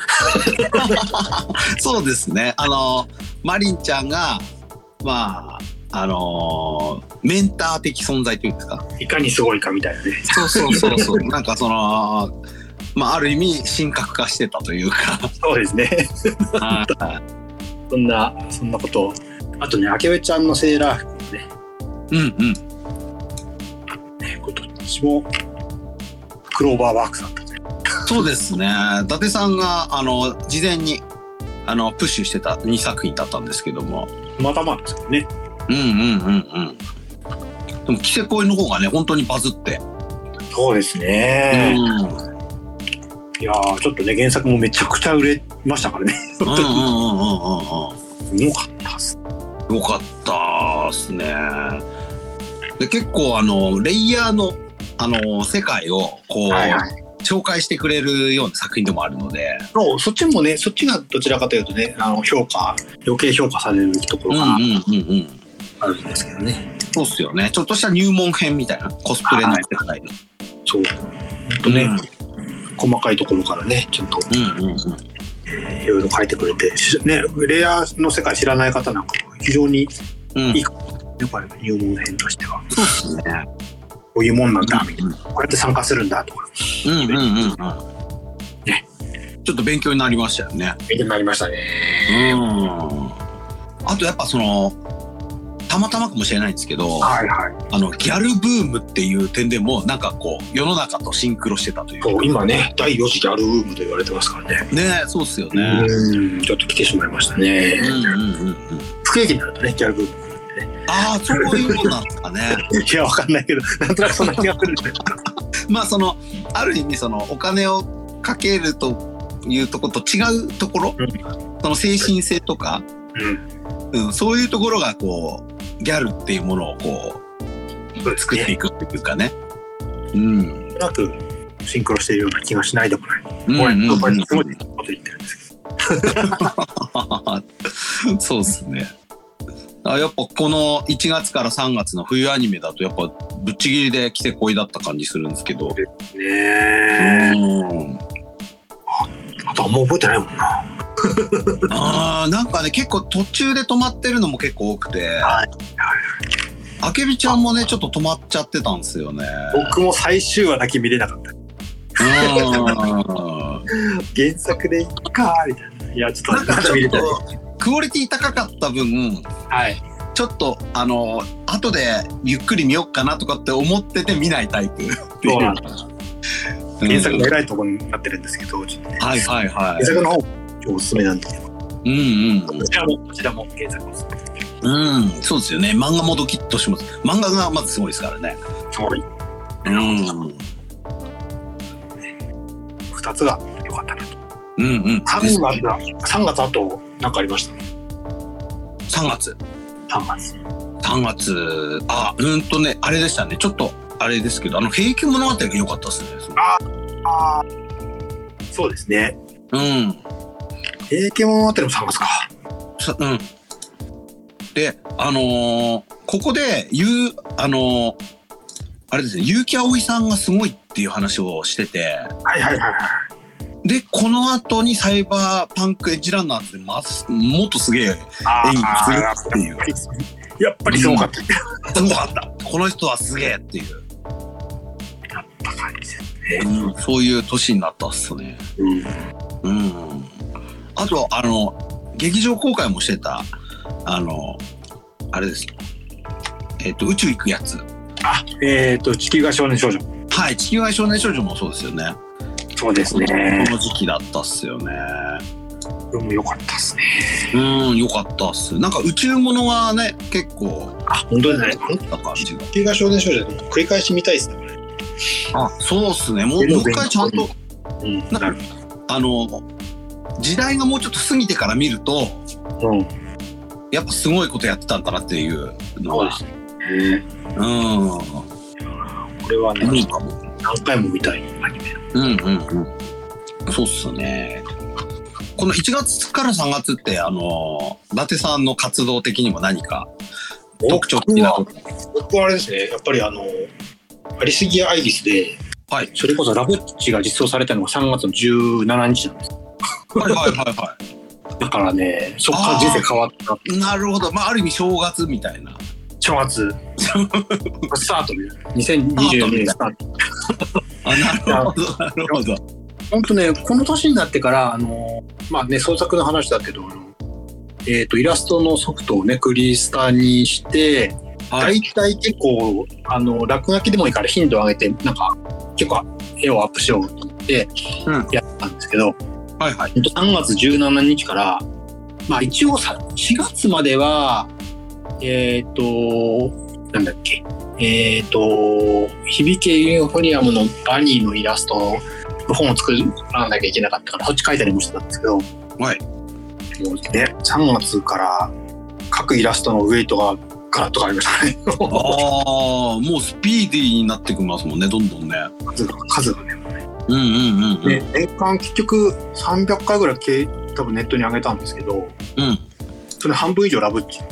[SPEAKER 1] そうですね。あの、マリンちゃんが、まあ、あのー、メンター的存在というんですか。
[SPEAKER 2] いかにすごいかみたいなね。
[SPEAKER 1] そうそうそうそう。なんかその、まあ、ある意味神格化してたというか。
[SPEAKER 2] そうですね。そんな、そんなことを。あとね、あけべちゃんのセーラー服もね。うんうん。ね、ことちもクローバーワークスだったという。
[SPEAKER 1] そうですね。伊達さんがあの事前にあのプッシュしてたにさく品だったんですけども、
[SPEAKER 2] まだまだですけどね。
[SPEAKER 1] うんうんうんうん。でもキセコイの方がね本当にバズって。
[SPEAKER 2] そうですね。うん、いやーちょっとね原作もめちゃくちゃ売れましたからね。
[SPEAKER 1] うんうんうんうんうん
[SPEAKER 2] うん。よかったっす。
[SPEAKER 1] よかったっすね。で結構あのレイヤーのあの世界をこう、はいはい、紹介してくれるような作品でもあるので、
[SPEAKER 2] そうそっちもねそっちがどちらかというとねあの評価余計評価されるところがあるんですけどね。
[SPEAKER 1] そうっすよね。ちょっとした入門編みたいなコスプレの世界の。
[SPEAKER 2] そう本当ね、うん、細かいところからねちょっと、うんうんうん、いろいろ書いてくれてねレイヤーの世界知らない方なんか非常にいいかも、うん、やっぱり入門編としては。
[SPEAKER 1] そうですね。
[SPEAKER 2] こういうもんなんだみたいな、こうやって参加するんだとか、
[SPEAKER 1] うんうんうんうん、ね、ちょっと勉強になりましたよね。
[SPEAKER 2] 勉強になりましたね。
[SPEAKER 1] うん。あとやっぱそのたまたまかもしれないんですけど、はいはい、あのギャルブームっていう点でもなんかこう世の中とシンクロしてたというか。
[SPEAKER 2] そう今ねだいよん次ギャルブームと言われてますからね。
[SPEAKER 1] ねそうっすよね。
[SPEAKER 2] うんちょっと来てしまいましたね。うんうんうんうん。不景気になるとねギャルブーム。
[SPEAKER 1] ああそういうもんなんですかね。
[SPEAKER 2] いやわかんないけどなんとなくそんな気がするんで
[SPEAKER 1] まあそのある意味そのお金をかけるというところと違うところ、うん、その精神性とか、うんうん、そういうところがこうギャルっていうものをこう作っていくっていうかね。うん。
[SPEAKER 2] うまくシンクロしているような気がしないでもない。うんうんうん、これすごいこと言ってるんですけ
[SPEAKER 1] ど。そうですね。やっぱこのいちがつからさんがつの冬アニメだとやっぱぶっちぎりでキセコイだった感じするんですけど。ね
[SPEAKER 2] え。うん。あとあんま覚えてないもんな。
[SPEAKER 1] ああなんかね結構途中で止まってるのも結構多くて。はいはい。あけびちゃんもねちょっと止まっちゃってたんですよね。
[SPEAKER 2] 僕も最終話だけ見れなかった。原作でいいかみたいな。いやちょっとなんか見れたい。
[SPEAKER 1] クオリティ高かった分、はい、ちょっとあの後でゆっくり見よっかなとかって思ってて見ないタイプっていう。そうなんだ。
[SPEAKER 2] 原作の偉いところになってるんですけど、ちょっとね、
[SPEAKER 1] はいはいはい。
[SPEAKER 2] 原作の方おすすめなんで。
[SPEAKER 1] うんうん。
[SPEAKER 2] こちらもこちらも原作おすすめ。
[SPEAKER 1] うん、そうですよね。漫画もドキッとします。漫画がまずすごいですからね。
[SPEAKER 2] すごい。うん。二つが良かったなと。うんうん。三月三月あと何かありました。
[SPEAKER 1] 三月。
[SPEAKER 2] 三月。
[SPEAKER 1] 三月あうんとねあれでしたね。ちょっとあれですけどあの平家物語が良かったですね。
[SPEAKER 2] ああそうですね。
[SPEAKER 1] うん。
[SPEAKER 2] 平家物語も三月か。
[SPEAKER 1] うん。であのー、ここで言うあのー、あれですね結城葵さんがすごいっていう話をしてて。
[SPEAKER 2] はいはいはいはい。
[SPEAKER 1] でこの後にサイバーパンクエッジランナーってますもっとすげえ演技するっていう。
[SPEAKER 2] やっぱりすごかった。
[SPEAKER 1] すごかった。この人はすげえっていう。
[SPEAKER 2] やった感じです
[SPEAKER 1] ね、うん。そういう年になったっすね。うん。うん。あとあの劇場公開もしてたあのあれです。えっと宇宙行くやつ。
[SPEAKER 2] あえっと地球外少年少女。
[SPEAKER 1] はい地球外少年少女もそうですよね。
[SPEAKER 2] そうですね。
[SPEAKER 1] この時期だったっすよね。
[SPEAKER 2] これも良かったっすね。
[SPEAKER 1] うん良かったっす。なんか宇宙ものがね結構
[SPEAKER 2] あ本当ですね。
[SPEAKER 1] あった感じが。
[SPEAKER 2] 地球外少年少女で繰り返し見たいっすね。
[SPEAKER 1] あそうっすね。もうもう一回ちゃんと、うん、なるあの時代がもうちょっと過ぎてから見ると、うん、やっぱすごいことやってたんだなっていうのは。そうですね。うん。
[SPEAKER 2] これはね、何回も見たいアニメ。
[SPEAKER 1] うんうんうん。そうっすね。このいちがつからさんがつってあの伊達さんの活動的にも何か特徴的なこと。
[SPEAKER 2] 僕はあれですね。やっぱりあのアリスギアアイリスで、はい、それこそラブッチが実装されたのがさんがつのじゅうしちにちなんです。
[SPEAKER 1] はいはいはいはい。
[SPEAKER 2] だからね、そっから人生変わった。
[SPEAKER 1] なるほど。まあある意味正月みたいな。
[SPEAKER 2] 正月。スタートみたいな。にせんにじゅうよねんスタート。
[SPEAKER 1] あ、なるほどなるほど。
[SPEAKER 2] 本当ね、この年になってからあのまあね創作の話だけど、えっとイラストのソフトをねクリスタにして、 大体結構あの落書きでもいいから頻度を上げてなんか結構絵をアップしようと思ってやったんですけど、うんはいはい、さんがつじゅうしちにちからまあ一応さしがつまではえっ、ー、となんだっけえっ、ー、と響けユーフォニアムのバニーのイラストの本を作らなきゃいけなかったからそっち書いたりもしてたんですけど、はい、もうねさんがつから各イラストのウェイトがガラッと変わりましたね
[SPEAKER 1] ああもうスピーディーになってきますもんねどんどんね
[SPEAKER 2] 数が数がね
[SPEAKER 1] うんうんうん、うん、
[SPEAKER 2] で年間結局さんびゃっかいぐらい多分ネットに上げたんですけど、うん、それ半分以上ラブッチ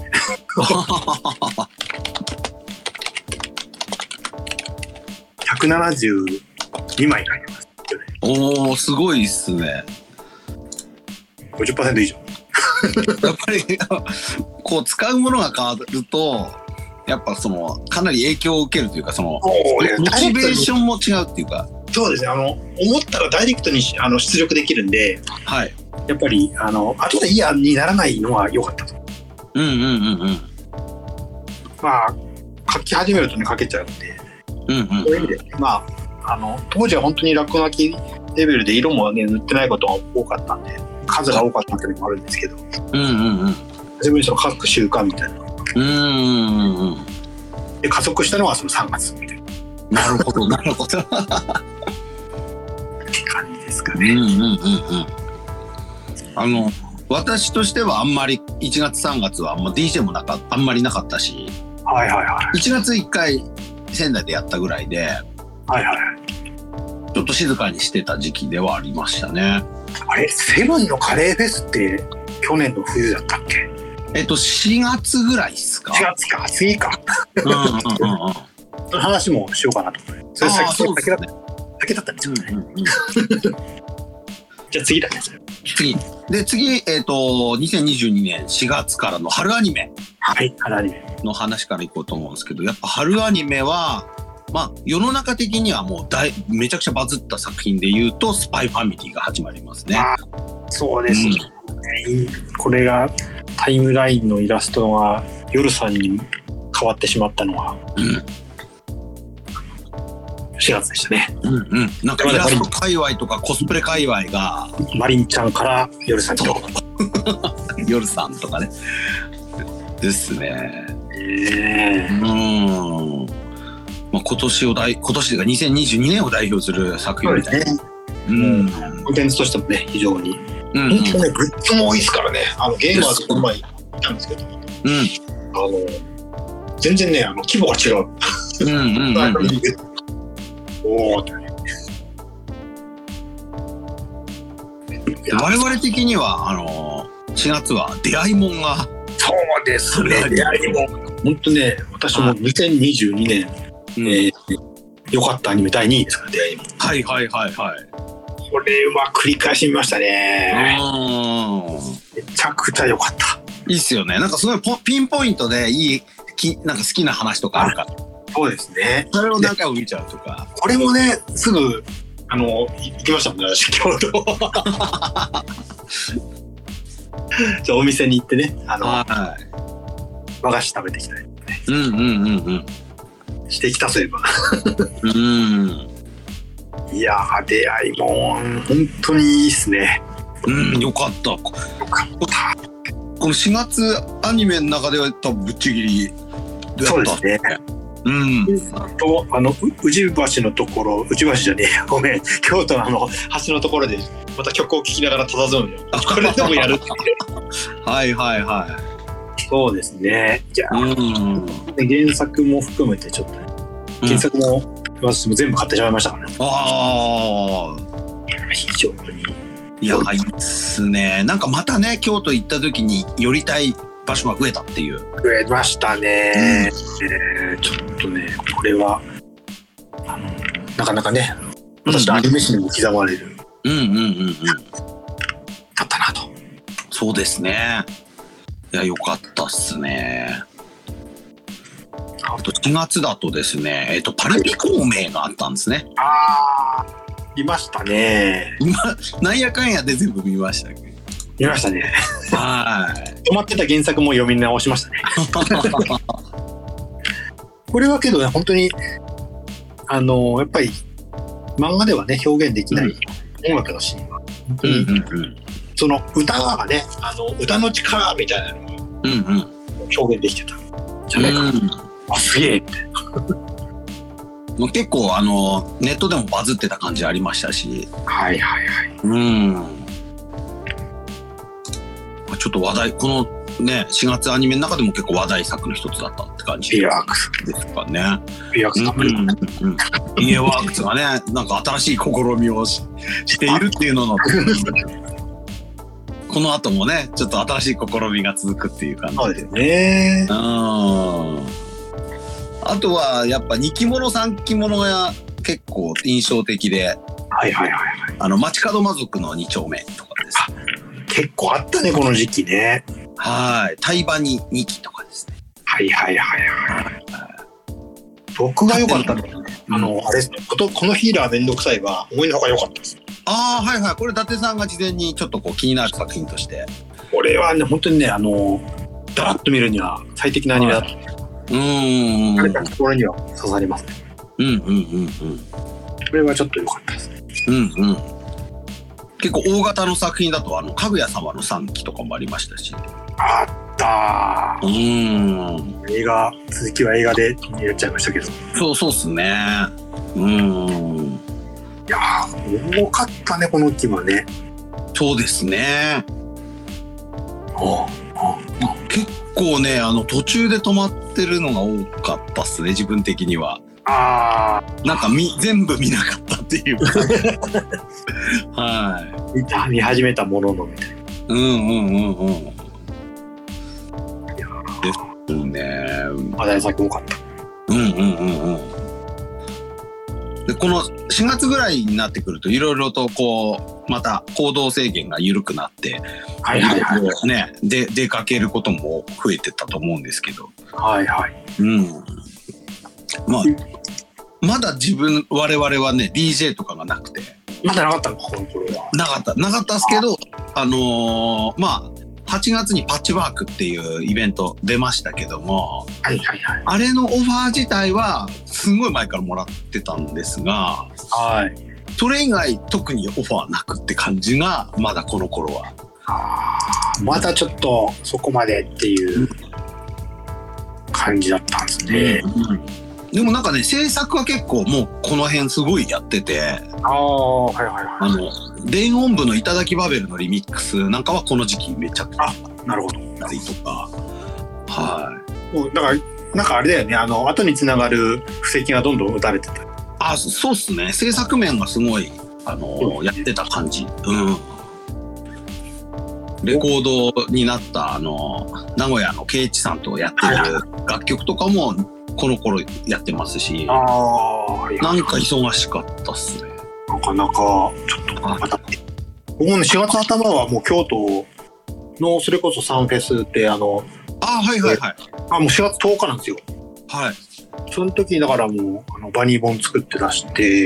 [SPEAKER 2] ひゃくななじゅうにまい書いてます、ね、
[SPEAKER 1] おーすごいっすね
[SPEAKER 2] ごじゅっパーセント 以上
[SPEAKER 1] やっぱりこう使うものが変わるとやっぱそのかなり影響を受けるというかそのモチベーションも違うっていうか
[SPEAKER 2] そうですねあの思ったらダイレクトにあの出力できるんで、はい、やっぱりあの後でいいやにならないのは良かったとうんうんうんうんまあ書き始めるとね書けちゃうんで、うんうん、そういう意味で、まあ、あの当時は本当に落書きレベルで色も、ね、塗ってないことが多かったんで数が多かったっていうのもあるんですけど、うんうんうん、自分にその書く習慣みたいなうんうんうんで加速したのはそのさんがつみたい
[SPEAKER 1] ななるほどなるほど
[SPEAKER 2] 感じですかね、うんうんうんうん、
[SPEAKER 1] あの私としてはあんまりいちがつさんがつはあんま ディージェー もなかあんまりなかったし、はいはいはい、いちがついっかい仙台でやったぐらいで、はいはい、ちょっと静かにしてた時期ではありましたね。
[SPEAKER 2] あれセブンのカレーフェスって去年の冬だったっけ？
[SPEAKER 1] えっとしがつぐらいっすか？
[SPEAKER 2] しがつか次か。うんうんうんうん。その話もしようかなと思って。それ先先だった先だったんですよね。うんうんうん、じゃあ次だね。
[SPEAKER 1] 次で次えっとにせんにじゅうにねんしがつからの春アニメ。
[SPEAKER 2] はい春アニメ
[SPEAKER 1] の話からいこうと思うんですけど、やっぱ春アニメは。まあ、世の中的にはもう大めちゃくちゃバズった作品でいうとスパイファミリーが始まりますね。あ
[SPEAKER 2] そうですね、うん、これがタイムラインのイラストが夜さんに変わってしまったのは、うん、しがつでしたね。うんうん、
[SPEAKER 1] なんかイラスト界隈とかコスプレ界隈が
[SPEAKER 2] マリンちゃんから夜さんと
[SPEAKER 1] 夜さんとかねですね。えー、うんまあ、今年を代今年がにせんにじゅうにねんを代表する作品みたいな、ね
[SPEAKER 2] うん、コンテンツとしてもね非常に、うん、本当ねグッズも多いですからね。あのゲーマーズこの前行ったんですけど、うん、あの全然ねあの規模が違う。うんうんうん、おおってね。
[SPEAKER 1] 我々的にはあのしがつは出会いもんが
[SPEAKER 2] そうですね出会いもん本当ね私もにせんにじゅうにねんうんえー、よかったアニメだいにいですから出会いも
[SPEAKER 1] はいはいはいはい
[SPEAKER 2] これは繰り返し見ましたね。めちゃくちゃ良かった
[SPEAKER 1] いいっすよね。なんかすごいピンポイントでいいきなんか好きな話とかあるから
[SPEAKER 2] そうですね
[SPEAKER 1] それを何回も見ちゃうとか
[SPEAKER 2] これもねすぐあの行きましたもんね京都じゃあお店に行ってねあの、はい、和菓子食べてきたりねうんうんうんうんしてきたそういえばうんいやー出会いも本当にいいっすね。
[SPEAKER 1] うんよかったよかったこのしがつアニメの中では多分ぶっちぎり
[SPEAKER 2] そうですね。うんとあの宇治橋のところ宇治橋じゃねえごめん京都のあの橋のところでまた曲を聴きながら佇むよこれでもやるって
[SPEAKER 1] はいはいはい
[SPEAKER 2] そうですね。じゃあ、うん、原作も含めてちょっと、ね、原作も、うん、私も全部買ってしまいましたからね。ああ、非常に。
[SPEAKER 1] いや、いいっすね。なんかまたね、京都行った時に寄りたい場所が増えたっていう。
[SPEAKER 2] 増えましたね。うんえー、ちょっとね、これはあのなかなかね、私のアニメ史にも刻まれる。うんうんうんうん。だったなと。
[SPEAKER 1] そうですね。いや良かったっすね。あとしがつだとですね、えっとパリピ孔明があったんですね。
[SPEAKER 2] ああ、見ましたね。
[SPEAKER 1] 今なんやかんやで全部見ましたけど。
[SPEAKER 2] 見ましたね。はい。止まってた原作も読み直しましたね。 これはけどね、本当に、あの、やっぱり、漫画ではね、表現できない音楽のシーンは、本当に、うんうんうん、その歌がね、あの、歌の力みたいなのを表現できてた。じゃないか。うん、あ、すげえって。
[SPEAKER 1] もう結構、あの、ネットでもバズってた感じありましたし。
[SPEAKER 2] はいはいはい。
[SPEAKER 1] うん。ちょっと話題、このね、しがつアニメの中でも結構話題作の一つだったって感じですかね。
[SPEAKER 2] ビーワークスたっぷり。
[SPEAKER 1] ビーワークスがね、なんか新しい試みを し, しているっていうののこの後もね、ちょっと新しい試みが続くっていう感じで。
[SPEAKER 2] そうですね。
[SPEAKER 1] うん。あとはやっぱにきものさんきものが結構印象的で、
[SPEAKER 2] はいはいはいはい。
[SPEAKER 1] あの街角魔族のに丁目とかです。
[SPEAKER 2] 結構あったね、この時期ね。
[SPEAKER 1] はい。タイバニにきとかですね。
[SPEAKER 2] はいはいはいはい。僕が良かったのはね、あの、あれですね、このヒーラーめんどくさいは思いのほか良かったです。
[SPEAKER 1] ああ、はいはい。これ伊達さんが事前にちょっとこう気になる作品として。
[SPEAKER 2] これはね、本当にね、あの、だらっと見るには最適なアニメだった。
[SPEAKER 1] うん。
[SPEAKER 2] 誰か心には刺さりますね。
[SPEAKER 1] うんうんうんうん。
[SPEAKER 2] これはちょっと良かったですね。
[SPEAKER 1] うんうん。結構大型の作品だと、あの、かぐや様のさんきとかもありましたし。
[SPEAKER 2] あったー。
[SPEAKER 1] うん。
[SPEAKER 2] 映画、続きは映画でやっちゃいましたけど。
[SPEAKER 1] そうそうっすね。うん。
[SPEAKER 2] いやー、多かったね、この期はね。
[SPEAKER 1] そうですね。
[SPEAKER 2] おうおう
[SPEAKER 1] 結構ね、あの、途中で止まってるのが多かったっすね、自分的には。ああ、なんかみ全部見なかったっていうか
[SPEAKER 2] はい見た見始めたもののみたいな。
[SPEAKER 1] うんうんうんうん。いやですね。
[SPEAKER 2] 話題作多かった。
[SPEAKER 1] うんうんうんうん。でこのしがつぐらいになってくるといろいろとこうまた行動制限が緩くなって、
[SPEAKER 2] はいはいはい、
[SPEAKER 1] ね、で出かけることも増えてたと思うんですけど、
[SPEAKER 2] はいはい、
[SPEAKER 1] うん、まあまだ自分我々はね ディージェー とかがなくて、
[SPEAKER 2] まだなかったのこの頃は。
[SPEAKER 1] なかったなかったですけど、あのー、まあはちがつにパッチワークっていうイベント出ましたけども、
[SPEAKER 2] はいはいはい、
[SPEAKER 1] あれのオファー自体はすごい前からもらってたんですが、
[SPEAKER 2] はい、
[SPEAKER 1] それ以外特にオファーなくって感じがまだこの頃は。
[SPEAKER 2] あ、まだちょっとそこまでっていう感じだったんですね、うんうん、
[SPEAKER 1] でもなんかね制作は結構もうこの辺すごいやってて、
[SPEAKER 2] ああ、はいはいはい、
[SPEAKER 1] あの電音部のいただきバベルのリミックスなんかはこの時期めちゃくちゃ
[SPEAKER 2] なるほど
[SPEAKER 1] たりとか、はい、
[SPEAKER 2] もうだからなんかあれだよね、あの後につながる布石がどんどん打たれてた。
[SPEAKER 1] あ、そうっすね、制作面がすごいあの、ね、やってた感じ、うん、レコードになったあの名古屋の圭一さんとやってる楽曲とかもこの頃やってますし、あ、なんか忙しかったっすね。
[SPEAKER 2] なかなかちょっとまた僕もねしがつ頭はもう京都のそれこそサンフェスってあの
[SPEAKER 1] あ、はいはいはい、
[SPEAKER 2] あもうしがつとおかなんですよ。
[SPEAKER 1] はい。
[SPEAKER 2] その時だからもうあのバニー本作って出して、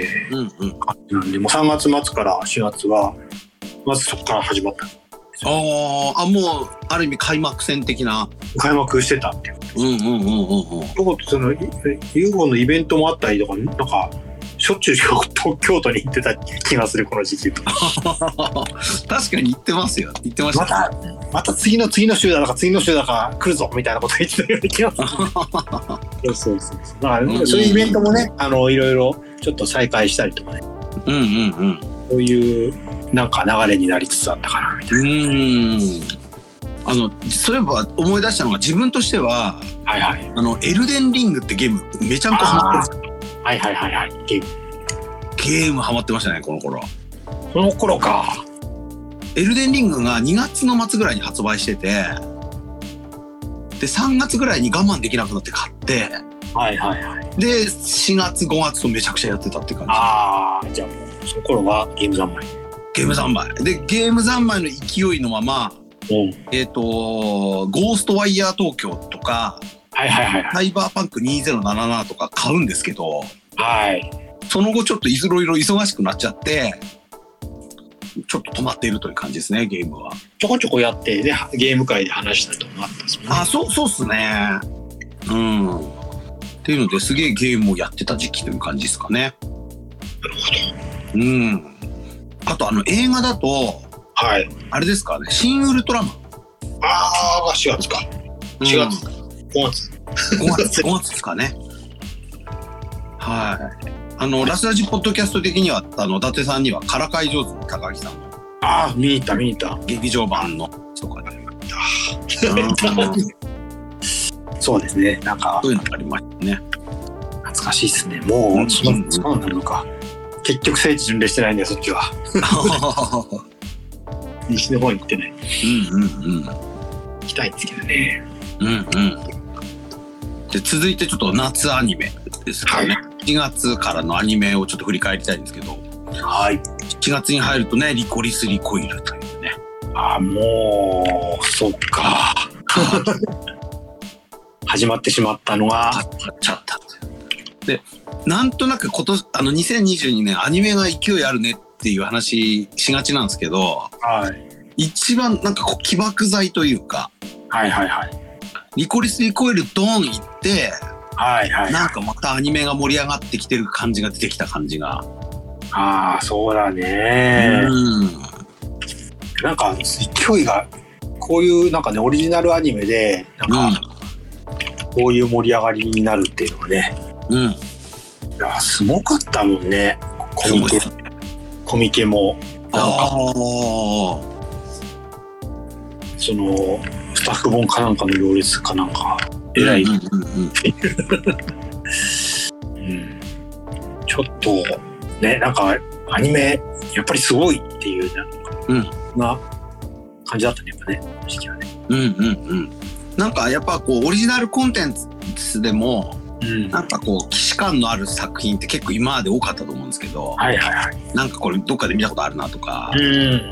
[SPEAKER 2] うんうん、なんでもうさんがつ末からしがつはまずそこから始まった。
[SPEAKER 1] ああ、もうある意味開幕戦的な
[SPEAKER 2] 開幕してたっていう。
[SPEAKER 1] うんうんうんうんうん。
[SPEAKER 2] そのユーゴのイベントもあったりとかなんかしょっちゅう京都に行ってた気がするこの時期と。
[SPEAKER 1] 確かに行ってますよ。行ってました。
[SPEAKER 2] またまた次の次の週だか次の週だか来るぞみたいなこと言ってたような気がする。そうそうそう。だから、うんうん、そういうイベントもね、あのいろいろちょっと再開したりとかね。
[SPEAKER 1] うんうんうん。
[SPEAKER 2] そういうなんか流れになりつつあったかなみたいな。うん。
[SPEAKER 1] あのそういえば思い出したのが自分としては、
[SPEAKER 2] はいはい、
[SPEAKER 1] あのエルデンリングってゲームめちゃんこハマってるんですよ。
[SPEAKER 2] はいはいはいはい、ゲーム
[SPEAKER 1] ゲームハマってましたねこの頃。
[SPEAKER 2] この頃か。
[SPEAKER 1] エルデンリングがにがつの末ぐらいに発売してて、でさんがつぐらいに我慢できなくなって買って、
[SPEAKER 2] はいはいはい、
[SPEAKER 1] でしがつごがつとめちゃくちゃやってたって感じ。
[SPEAKER 2] ああ、じゃあもうその頃はゲーム三昧。
[SPEAKER 1] ゲーム三昧でゲーム三昧の勢いのまま、うん、えっ、ー、とゴーストワイヤー東京とか、
[SPEAKER 2] はいはいはいはい、
[SPEAKER 1] サイバーパンクにせんななじゅうななとか買うんですけど、
[SPEAKER 2] はい、
[SPEAKER 1] その後ちょっといろいろ忙しくなっちゃってちょっと止まっているという感じですね。ゲームは
[SPEAKER 2] ちょこちょこやってでゲーム界で話したりとかもあったんですもんね。
[SPEAKER 1] あ、そうそうっすね。うん。 っていうのですげえゲームをやってた時期という感じですかね。
[SPEAKER 2] なる
[SPEAKER 1] ほど。うん。あとあの映画だと、
[SPEAKER 2] はい。
[SPEAKER 1] あれですかね、シン・ウルトラマン。
[SPEAKER 2] ああ、しがつか。しがつ、うん、ごがつ。
[SPEAKER 1] ごがつ、ごがつですかね。はい。あのラスラジポッドキャスト的にはあの伊達さんにはからかい上手の高木さんの。
[SPEAKER 2] ああ、見に行った見に行った。
[SPEAKER 1] 劇場版のとかで。
[SPEAKER 2] そうですね。なんか
[SPEAKER 1] そういうのありましたね。
[SPEAKER 2] 懐かしいですね。もう、うん、そのそうなのか。結局聖地巡礼してないんだよそっちは。西の方に行ってない。
[SPEAKER 1] うんうんうん。
[SPEAKER 2] 行きたいんですけどね。
[SPEAKER 1] うんうん。で続いてちょっと夏アニメですかね。はい、しちがつからのアニメをちょっと振り返りたいんですけど。
[SPEAKER 2] はい。
[SPEAKER 1] しちがつに入るとね、リコリス・リコイルというね。
[SPEAKER 2] あ、もうそっか。始まってしまったのが。
[SPEAKER 1] 始まっちゃった。で、なんとなく今年あのにせんにじゅうにねんアニメが勢いあるねっていう話しがちなんですけど、
[SPEAKER 2] はい、
[SPEAKER 1] 一番なんかこう起爆剤というか、
[SPEAKER 2] はいはいはい、
[SPEAKER 1] リコリス・リコイルドン行って、
[SPEAKER 2] はいはいはい、
[SPEAKER 1] なんかまたアニメが盛り上がってきてる感じが出てきた感じが。
[SPEAKER 2] ああ、そうだね。うん。なんか勢いがこういうなんかねオリジナルアニメでなんか、うん、こういう盛り上がりになるっていうのがね。
[SPEAKER 1] うん、い
[SPEAKER 2] やすごかったもんね。コミケ、コミケもなんかそのスタッフ本かなんかの行列かなんかえらい、うんうんうんうん、ちょっとねなんかアニメやっぱりすごいっていうなんか、うん、な感じだったねやっぱね時期はね。
[SPEAKER 1] うんうんうん。なんかやっぱこうオリジナルコンテンツでもうん、なんかこう既視感のある作品って結構今まで多かったと思うんですけど、
[SPEAKER 2] はいはいはい、
[SPEAKER 1] なんかこれどっかで見たことあるなとか、
[SPEAKER 2] うん、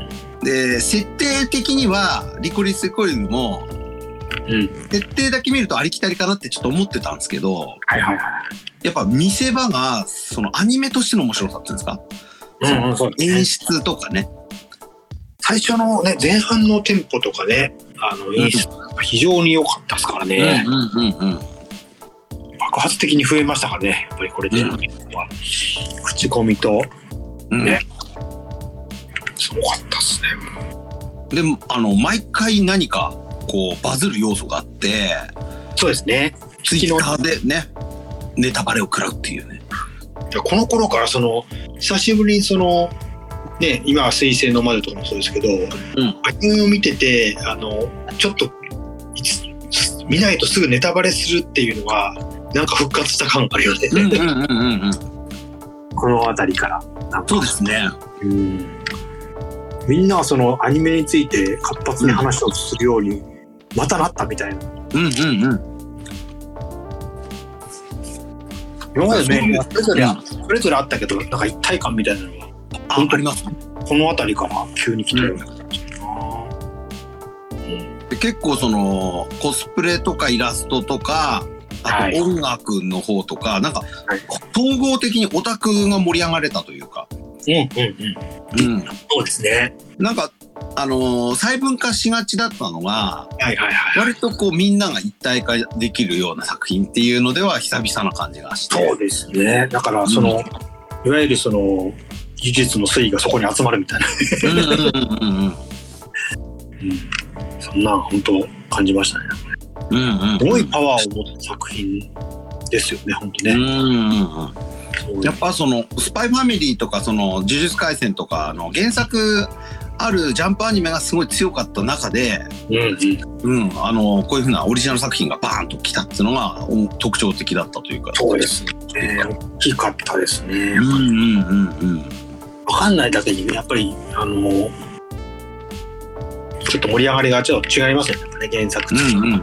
[SPEAKER 1] で設定的にはリコリス・リコイルも、うん、設定だけ見るとありきたりかなってちょっと思ってたんですけど、
[SPEAKER 2] はいはいはい、
[SPEAKER 1] やっぱ見せ場がそのアニメとしての面白さっていうんですか、うんうん、そうですね、演出とかね、
[SPEAKER 2] 最初のね前半のテンポとかねあの演出が非常に良かったですからね。
[SPEAKER 1] うんうんうんうん、
[SPEAKER 2] 爆発的に増えましたからねやっぱりこれで、うん、口コミと、うん、ねすごかったですね。
[SPEAKER 1] でもあの毎回何かこうバズる要素があって、
[SPEAKER 2] そうですね、
[SPEAKER 1] ツイッターでねネタバレを食らうっていうね。
[SPEAKER 2] この頃からその久しぶりにそのね今は水星の魔女とかもそうですけど、うん、アニメを見ててあのちょっと見ないとすぐネタバレするっていうのがなんか復活した感があるよね。うんうんうんうん、この辺りからなんか
[SPEAKER 1] そうですね。
[SPEAKER 2] うん、みんなはそのアニメについて活発に話をするようにまたなったみたいな。
[SPEAKER 1] うんうんうん。
[SPEAKER 2] 今までねそれぞれ、うん、それぞれあったけどなんか一体感みたいなのが
[SPEAKER 1] ああります。
[SPEAKER 2] この辺りから急に来たような。
[SPEAKER 1] で結構そのコスプレとかイラストとかあと音楽の方とか、はい、なんか統合的にオタクが盛り上がれたというか、
[SPEAKER 2] うんうんうん、うん、そうですね。
[SPEAKER 1] なんかあのー、細分化しがちだったのが、
[SPEAKER 2] はいはいはい、
[SPEAKER 1] 割とこうみんなが一体化できるような作品っていうのでは久々な感じがして。
[SPEAKER 2] そうですね。だからその、うん、いわゆるその技術の推移がそこに集まるみたいなうんうんうんうん、うん、そんな本当感じましたね。うんうんうん、すごいパワーを持った作品ですよね本当ね。うん
[SPEAKER 1] うんうん、やっぱそのスパイファミリーとかその呪術廻戦とかの原作あるジャンプアニメがすごい強かった中で、うんうんうん、あのこういう風なオリジナル作品がバーンと来たっていうのが特徴的だったというか。
[SPEAKER 2] そうですね。大きかったですね。うんうん
[SPEAKER 1] うんうん。
[SPEAKER 2] わかんないだけにやっぱりあのちょっと盛り上がりがちょっと違いますよね原作と。うんうんうん。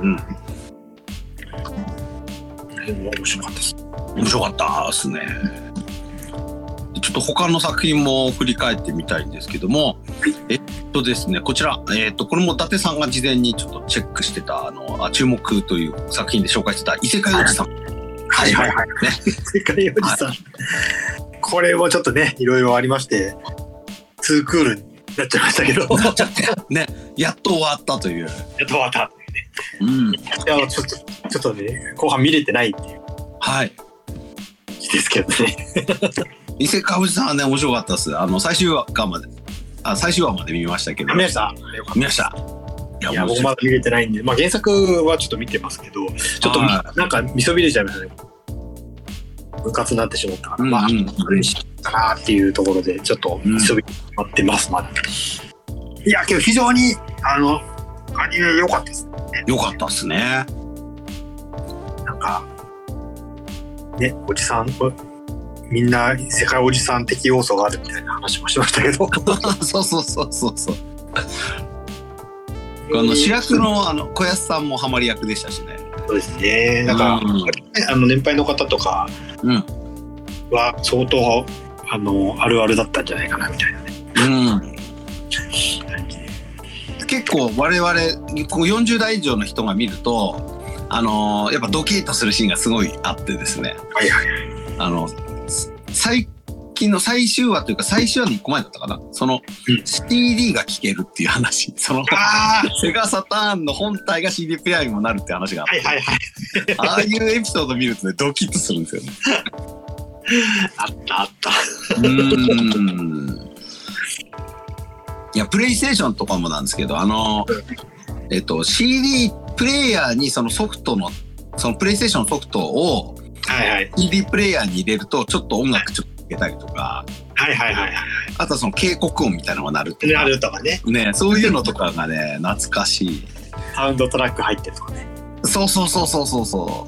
[SPEAKER 2] 面白かったです。
[SPEAKER 1] 面白かったですね。ちょっと他の作品も振り返ってみたいんですけども、えっとですねこちら、えっとこれも伊達さんが事前にちょっとチェックしてたあの注目という作品で紹介してた異世界おじさん。
[SPEAKER 2] はいはいはい。ね、異世界おじさん、はい。これもちょっとねいろいろありましてツークールになっちゃいましたけど。
[SPEAKER 1] なっちゃってねやっと終わったという。
[SPEAKER 2] やっと終わったというね。うん。いやちょっとちょっとね後半見れてないっていう。
[SPEAKER 1] はい。
[SPEAKER 2] ですけどね。
[SPEAKER 1] 伊勢かおじさんはね面白かったです。あの最終話まで、あ最終話まで見ましたけど。
[SPEAKER 2] 見ました。
[SPEAKER 1] 見ました。
[SPEAKER 2] いや、いや僕まだ見れてないんで、まあ原作はちょっと見てますけど、ちょっとなんか見そびれちゃいましたね。部活になってしまったから、うんうん、まあ嬉しいかなっていうところでちょっと見そびれてしまってます、まだ。いやけど非常にあのアニメ良かったですね。
[SPEAKER 1] 良かったですね。
[SPEAKER 2] なんかね、おじさんみんな世界おじさん的要素があるみたいな話もしましたけど
[SPEAKER 1] そうそうそうそうそうあの主役のあの小安さんもハマり役でしたしね。
[SPEAKER 2] そうですね。なんか、うん、あの年配の方とかは相当、あのあるあるだったんじゃないかなみたいなね。
[SPEAKER 1] うん、結構我々よんじゅう代以上の人が見ると。あのー、やっぱドキッとするシーンがすごいあってですね、
[SPEAKER 2] はいはいはい、
[SPEAKER 1] あの最近の最終話というか最終話のいっこまえだったかな、その、うん、シーディー が聴けるっていう話、そのセガサターンの本体が シーディー プレイヤーにもなるっていう話があって、はいはいはい、ああいうエピソード見るとねドキッとするんですよね
[SPEAKER 2] あったあった
[SPEAKER 1] うーんいやプレイステーションとかもなんですけど、あのえっと シーディー プレイヤーにそのソフトのそのプレイステーションのソフトを シーディー プレイヤーに入れるとちょっと音楽ちょっとつけたりとか、
[SPEAKER 2] はいはいはいはい、
[SPEAKER 1] あとはその警告音みたいなのが鳴るとか、
[SPEAKER 2] 鳴るとかね、
[SPEAKER 1] ね、そういうのとかがね懐かしい。
[SPEAKER 2] サウンドトラック入ってるとかね。
[SPEAKER 1] そうそうそうそうそうそう。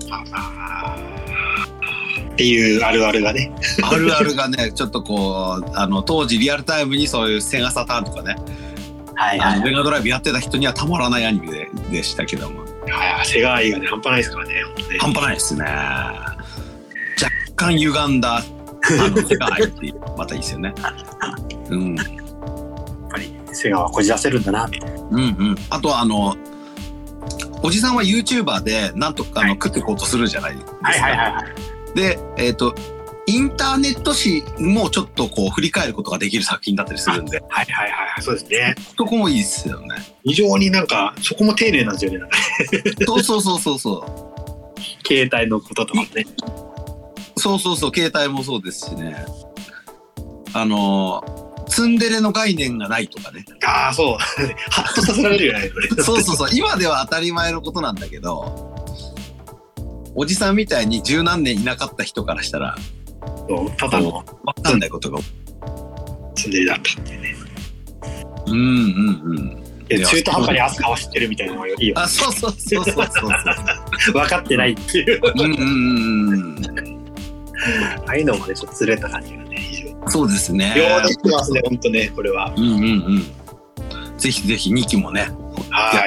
[SPEAKER 2] っていうあるあるがね。
[SPEAKER 1] あるあるがねちょっとこうあの当時リアルタイムにそういうセガサターンとかね。はいはいはい、メガドライブやってた人にはたまらないアニメ で, でしたけども、
[SPEAKER 2] はい、セガ愛がね半端ないですからね。
[SPEAKER 1] 半端ないですね。若干歪んだあのセガ愛っていうまたいいですよね。うん。やっ
[SPEAKER 2] ぱりセガはこじらせるんだなみたいな。
[SPEAKER 1] うんうん。あとはあのおじさんは YouTuber でなんとかあの、はい、食っていこうとするじゃないですか。はいはいはいはい。でえっ、ー、と。インターネット誌もちょっとこう振り返ることができる作品だったりするんで、
[SPEAKER 2] はいはいはい、そうですね。
[SPEAKER 1] そこもいいですよね。
[SPEAKER 2] 非常になんかそこも丁寧なんですよね。
[SPEAKER 1] そうそうそうそうそう。
[SPEAKER 2] 携帯のこととかね。
[SPEAKER 1] そうそうそう、携帯もそうですしね。あのツンデレの概念がないとかね。
[SPEAKER 2] ああそう。ハッとさせられるよね。
[SPEAKER 1] そうそうそう。今では当たり前のことなんだけど、おじさんみたいに十何年いなかった人からしたら。
[SPEAKER 2] ただの
[SPEAKER 1] 分かんないことが
[SPEAKER 2] ツンデレだったっていうね。
[SPEAKER 1] うんうんうん。
[SPEAKER 2] 中途半端にアスカは知ってるみたいなのがいいよ。
[SPEAKER 1] あ、そうそうそうそうそうそう。
[SPEAKER 2] 分かってないっていう。うんうんうん。ああいうのもねちょっとずれた感じがね非常に。
[SPEAKER 1] そうですね。
[SPEAKER 2] ようできてますね本当ねこれは。
[SPEAKER 1] うんうんうん。ぜひぜひにきもね。
[SPEAKER 2] はい。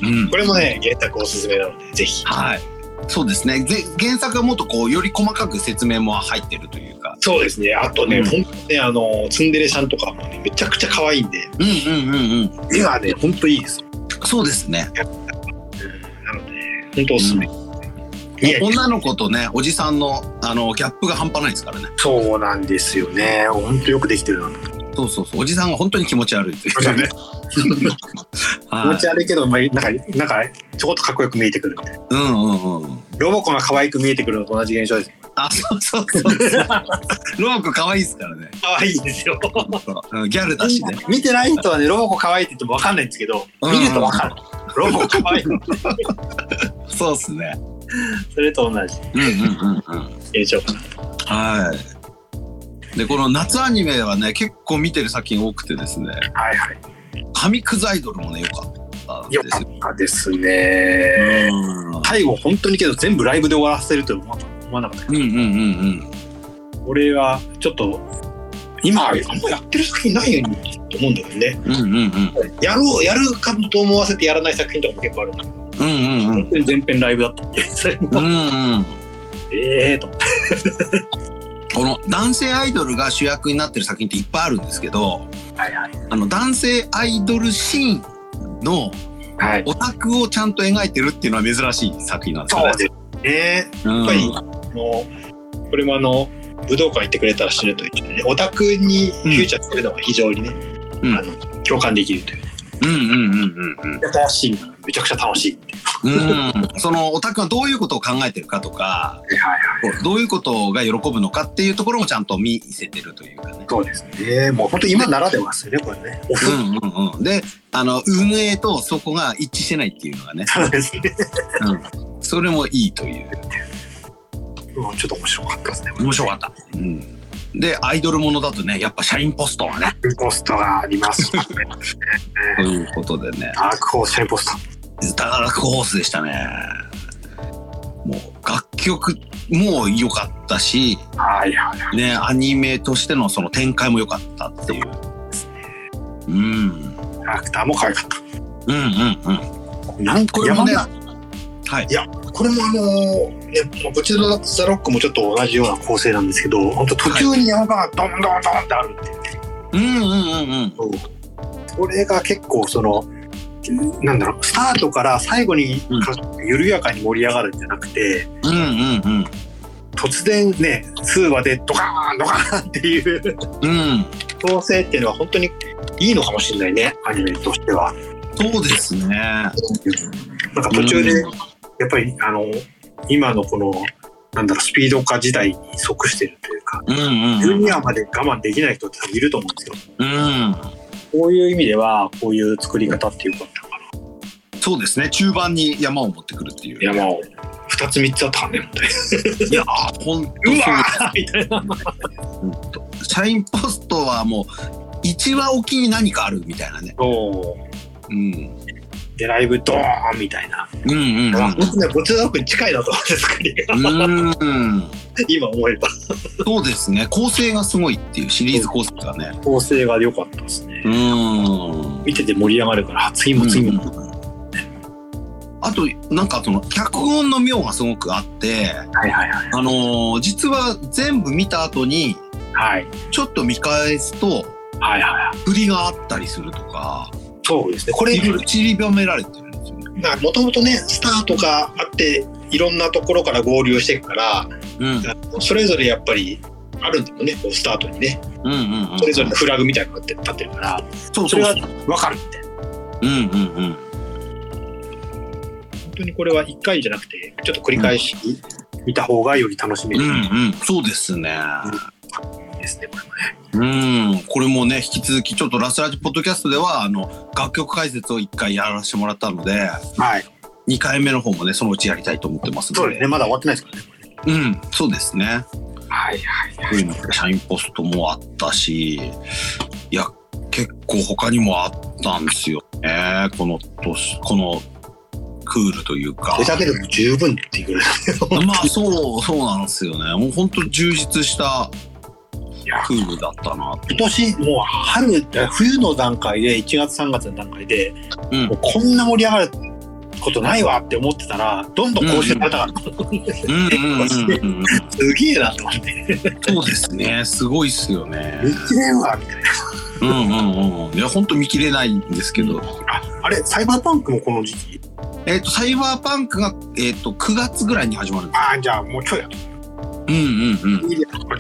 [SPEAKER 2] うん、これもね原作おすすめなのでぜひ。
[SPEAKER 1] はい。そうですね。原作はもっとこうより細かく説明も入ってるというか。
[SPEAKER 2] そうですね。あとね、うん、本当にねあのツンデレさんとかもねめちゃくちゃ可愛いんで。
[SPEAKER 1] うんうんうんうん。
[SPEAKER 2] 絵がね本当いいです。
[SPEAKER 1] そうですね。
[SPEAKER 2] なので本当おすすめ。
[SPEAKER 1] うん、女の子とねおじさんのあのギャップが半端ないですからね。
[SPEAKER 2] そうなんですよね。本当よくできてるな。
[SPEAKER 1] そうそうそう。おじさんが本当に気持ち悪いっていうね。
[SPEAKER 2] 気持ち悪いけど、まあ、なんかなんかちょこっとかっこよく見えてくるみたいな。
[SPEAKER 1] うんうんうん。
[SPEAKER 2] ロボコが可愛く見えてくるのと同じ現象です。
[SPEAKER 1] あ、そうそうそう。ロボコ可愛いですからね。
[SPEAKER 2] 可愛いですよ。
[SPEAKER 1] ギャルだしね。
[SPEAKER 2] 見てない人はねロボコ可愛いって言っても分かんないんですけど、見ると分かる。ロボコ可愛いの。
[SPEAKER 1] そうっすね。
[SPEAKER 2] それと同じ。
[SPEAKER 1] うんうんうんうん。
[SPEAKER 2] 現象か
[SPEAKER 1] な。はい。でこの夏アニメはね結構見てる作品多くてですね。
[SPEAKER 2] はいはい。
[SPEAKER 1] 神くアイドルもね良かったんですよ。
[SPEAKER 2] 良かったですね。最後本当にけど全部ライブで終わらせると思わなかった。
[SPEAKER 1] うんうんうんうん。
[SPEAKER 2] 俺はちょっと今あんまやってる作品ないようにと思うんだけどね。
[SPEAKER 1] うんうんうん。
[SPEAKER 2] やろうやるかと思わせてやらない作品とかも結構あるんだけど。
[SPEAKER 1] うんうんうん。
[SPEAKER 2] 本当に全編ライブだったって。それも
[SPEAKER 1] うんうん。
[SPEAKER 2] ええーと。
[SPEAKER 1] この男性アイドルが主役になってる作品っていっぱいあるんですけど、
[SPEAKER 2] はいはい、あ
[SPEAKER 1] の男性アイドルシーンのオタクをちゃんと描いてるっていうのは珍しい作品なんですよね。
[SPEAKER 2] そうですね。やっぱり、うん、あのこれもあの武道館行ってくれたら知ると一緒で、ね、オタクにフューチャーするのが非常にね、うん、あの共感できるという。
[SPEAKER 1] うんうんうんうんうん。
[SPEAKER 2] 新しいめちゃくちゃ楽しいっていう。
[SPEAKER 1] うん、そのオタクがどういうことを考えてるかとか、はいはい、どういうことが喜ぶのかっていうところもちゃんと見せてるというかね。
[SPEAKER 2] そうですね。もう本当今ならではですよね、これね。
[SPEAKER 1] うんうんうん。で、あの運営とそこが一致してないっていうのがね。
[SPEAKER 2] そうですね。
[SPEAKER 1] うん。それもいいという。
[SPEAKER 2] うん、ちょっと面白かったですね。
[SPEAKER 1] 面白かった。うん。でアイドルものだとね、やっぱシャインポストはね。
[SPEAKER 2] シャインポストがありますね。
[SPEAKER 1] ということでね。
[SPEAKER 2] ダークホースシャインポスト。
[SPEAKER 1] ダークホースでしたね。もう楽曲も良かったし、
[SPEAKER 2] はいはいはい、
[SPEAKER 1] ね、アニメとしてのその展開も良かったっていう。うん。
[SPEAKER 2] キャラクターも可愛かった。
[SPEAKER 1] うんうんうん。
[SPEAKER 2] なんか山田、
[SPEAKER 1] はい。
[SPEAKER 2] いやこれもあのー、ね、こちらのザロックもちょっと同じような構成なんですけど、本当途中に山場がドンドンドンってあるっていうね。
[SPEAKER 1] うんうんうんうん。
[SPEAKER 2] これが結構その。なんだろう、スタートから最後に緩やかに盛り上がるんじゃなくて、
[SPEAKER 1] うんうんうん、
[SPEAKER 2] 突然ね数話でドカーンドカーンっていう、うん、構成っていうのは本当にいいのかもしれないね、アニメとしては。
[SPEAKER 1] そうですね。なんか
[SPEAKER 2] 途中でやっぱりあの今のこのなんだろうスピード化時代に即してるというか、うんうんうん、じゅうにわまで我慢できない人って多分いると思うんですよ。うんこういう意味ではこういう作り方っていうことだから。
[SPEAKER 1] そうですね。中盤に山を持ってくるっていう。
[SPEAKER 2] 山をふたつみっつあったね本当に。いや
[SPEAKER 1] 本当そう
[SPEAKER 2] みたいな。
[SPEAKER 1] シャインポストはもういちわおきに何かあるみたいなね。
[SPEAKER 2] おうん。でライブドーンみたいな。
[SPEAKER 1] うんうんうん。
[SPEAKER 2] 僕ねこちらのに近いなと思って作りが。うん。今思えば。
[SPEAKER 1] そうですね。構成がすごいっていうシリーズ構成がね。
[SPEAKER 2] 構成が良かったですね。うん。見てて盛り上がるから次も次も。うん、
[SPEAKER 1] あとなんかその脚本の妙がすごくあって、はいはいはい、あのー、実は全部見た後に、はい、ちょっと見返すと、はいはい、振りがあったりするとか。そうですね。これ散りばめられてるんですよね。もともとねスタートがあっていろんなところから合流していくから、うん、それぞれやっぱりあるんだよね、こうスタートにね、うんうんうん、それぞれのフラグみたいなのが立ってるから、そうそうそう、それが分かるみたいな。うんうんうん。本当にこれはいっかいじゃなくてちょっと繰り返し見た方がより楽しめる。うんうん、そうですね。うん、ですねこれもね。うん、これもね引き続きちょっとラスラジポッドキャストではあの楽曲解説をいっかいやらせてもらったので、はい、にかいめの方もねそのうちやりたいと思ってますので。そうですね、まだ終わってないですからね。うん、そうですね。はいはいはい。シャインポストもあったし、いや結構他にもあったんですよね。この年このクールというか。それだけでも十分っていうぐらいだけど。まあそうそうなんですよね。もう本当充実したクールだったな。今年もう春冬の段階でいちがつさんがつの段階で、うん、もうこんな盛り上がることないわって思ってたらどんどん更新されたから、すげえなと思って。そうですね、すごいっすよね。見切れんわみたいな。うんうんうん。いや本当見切れないんですけど。あ、あれサイバーパンクもこの時期？えっとサイバーパンクがえっとくがつぐらいに始まるんです。ああ、じゃあもうちょいやと。うんうんうん。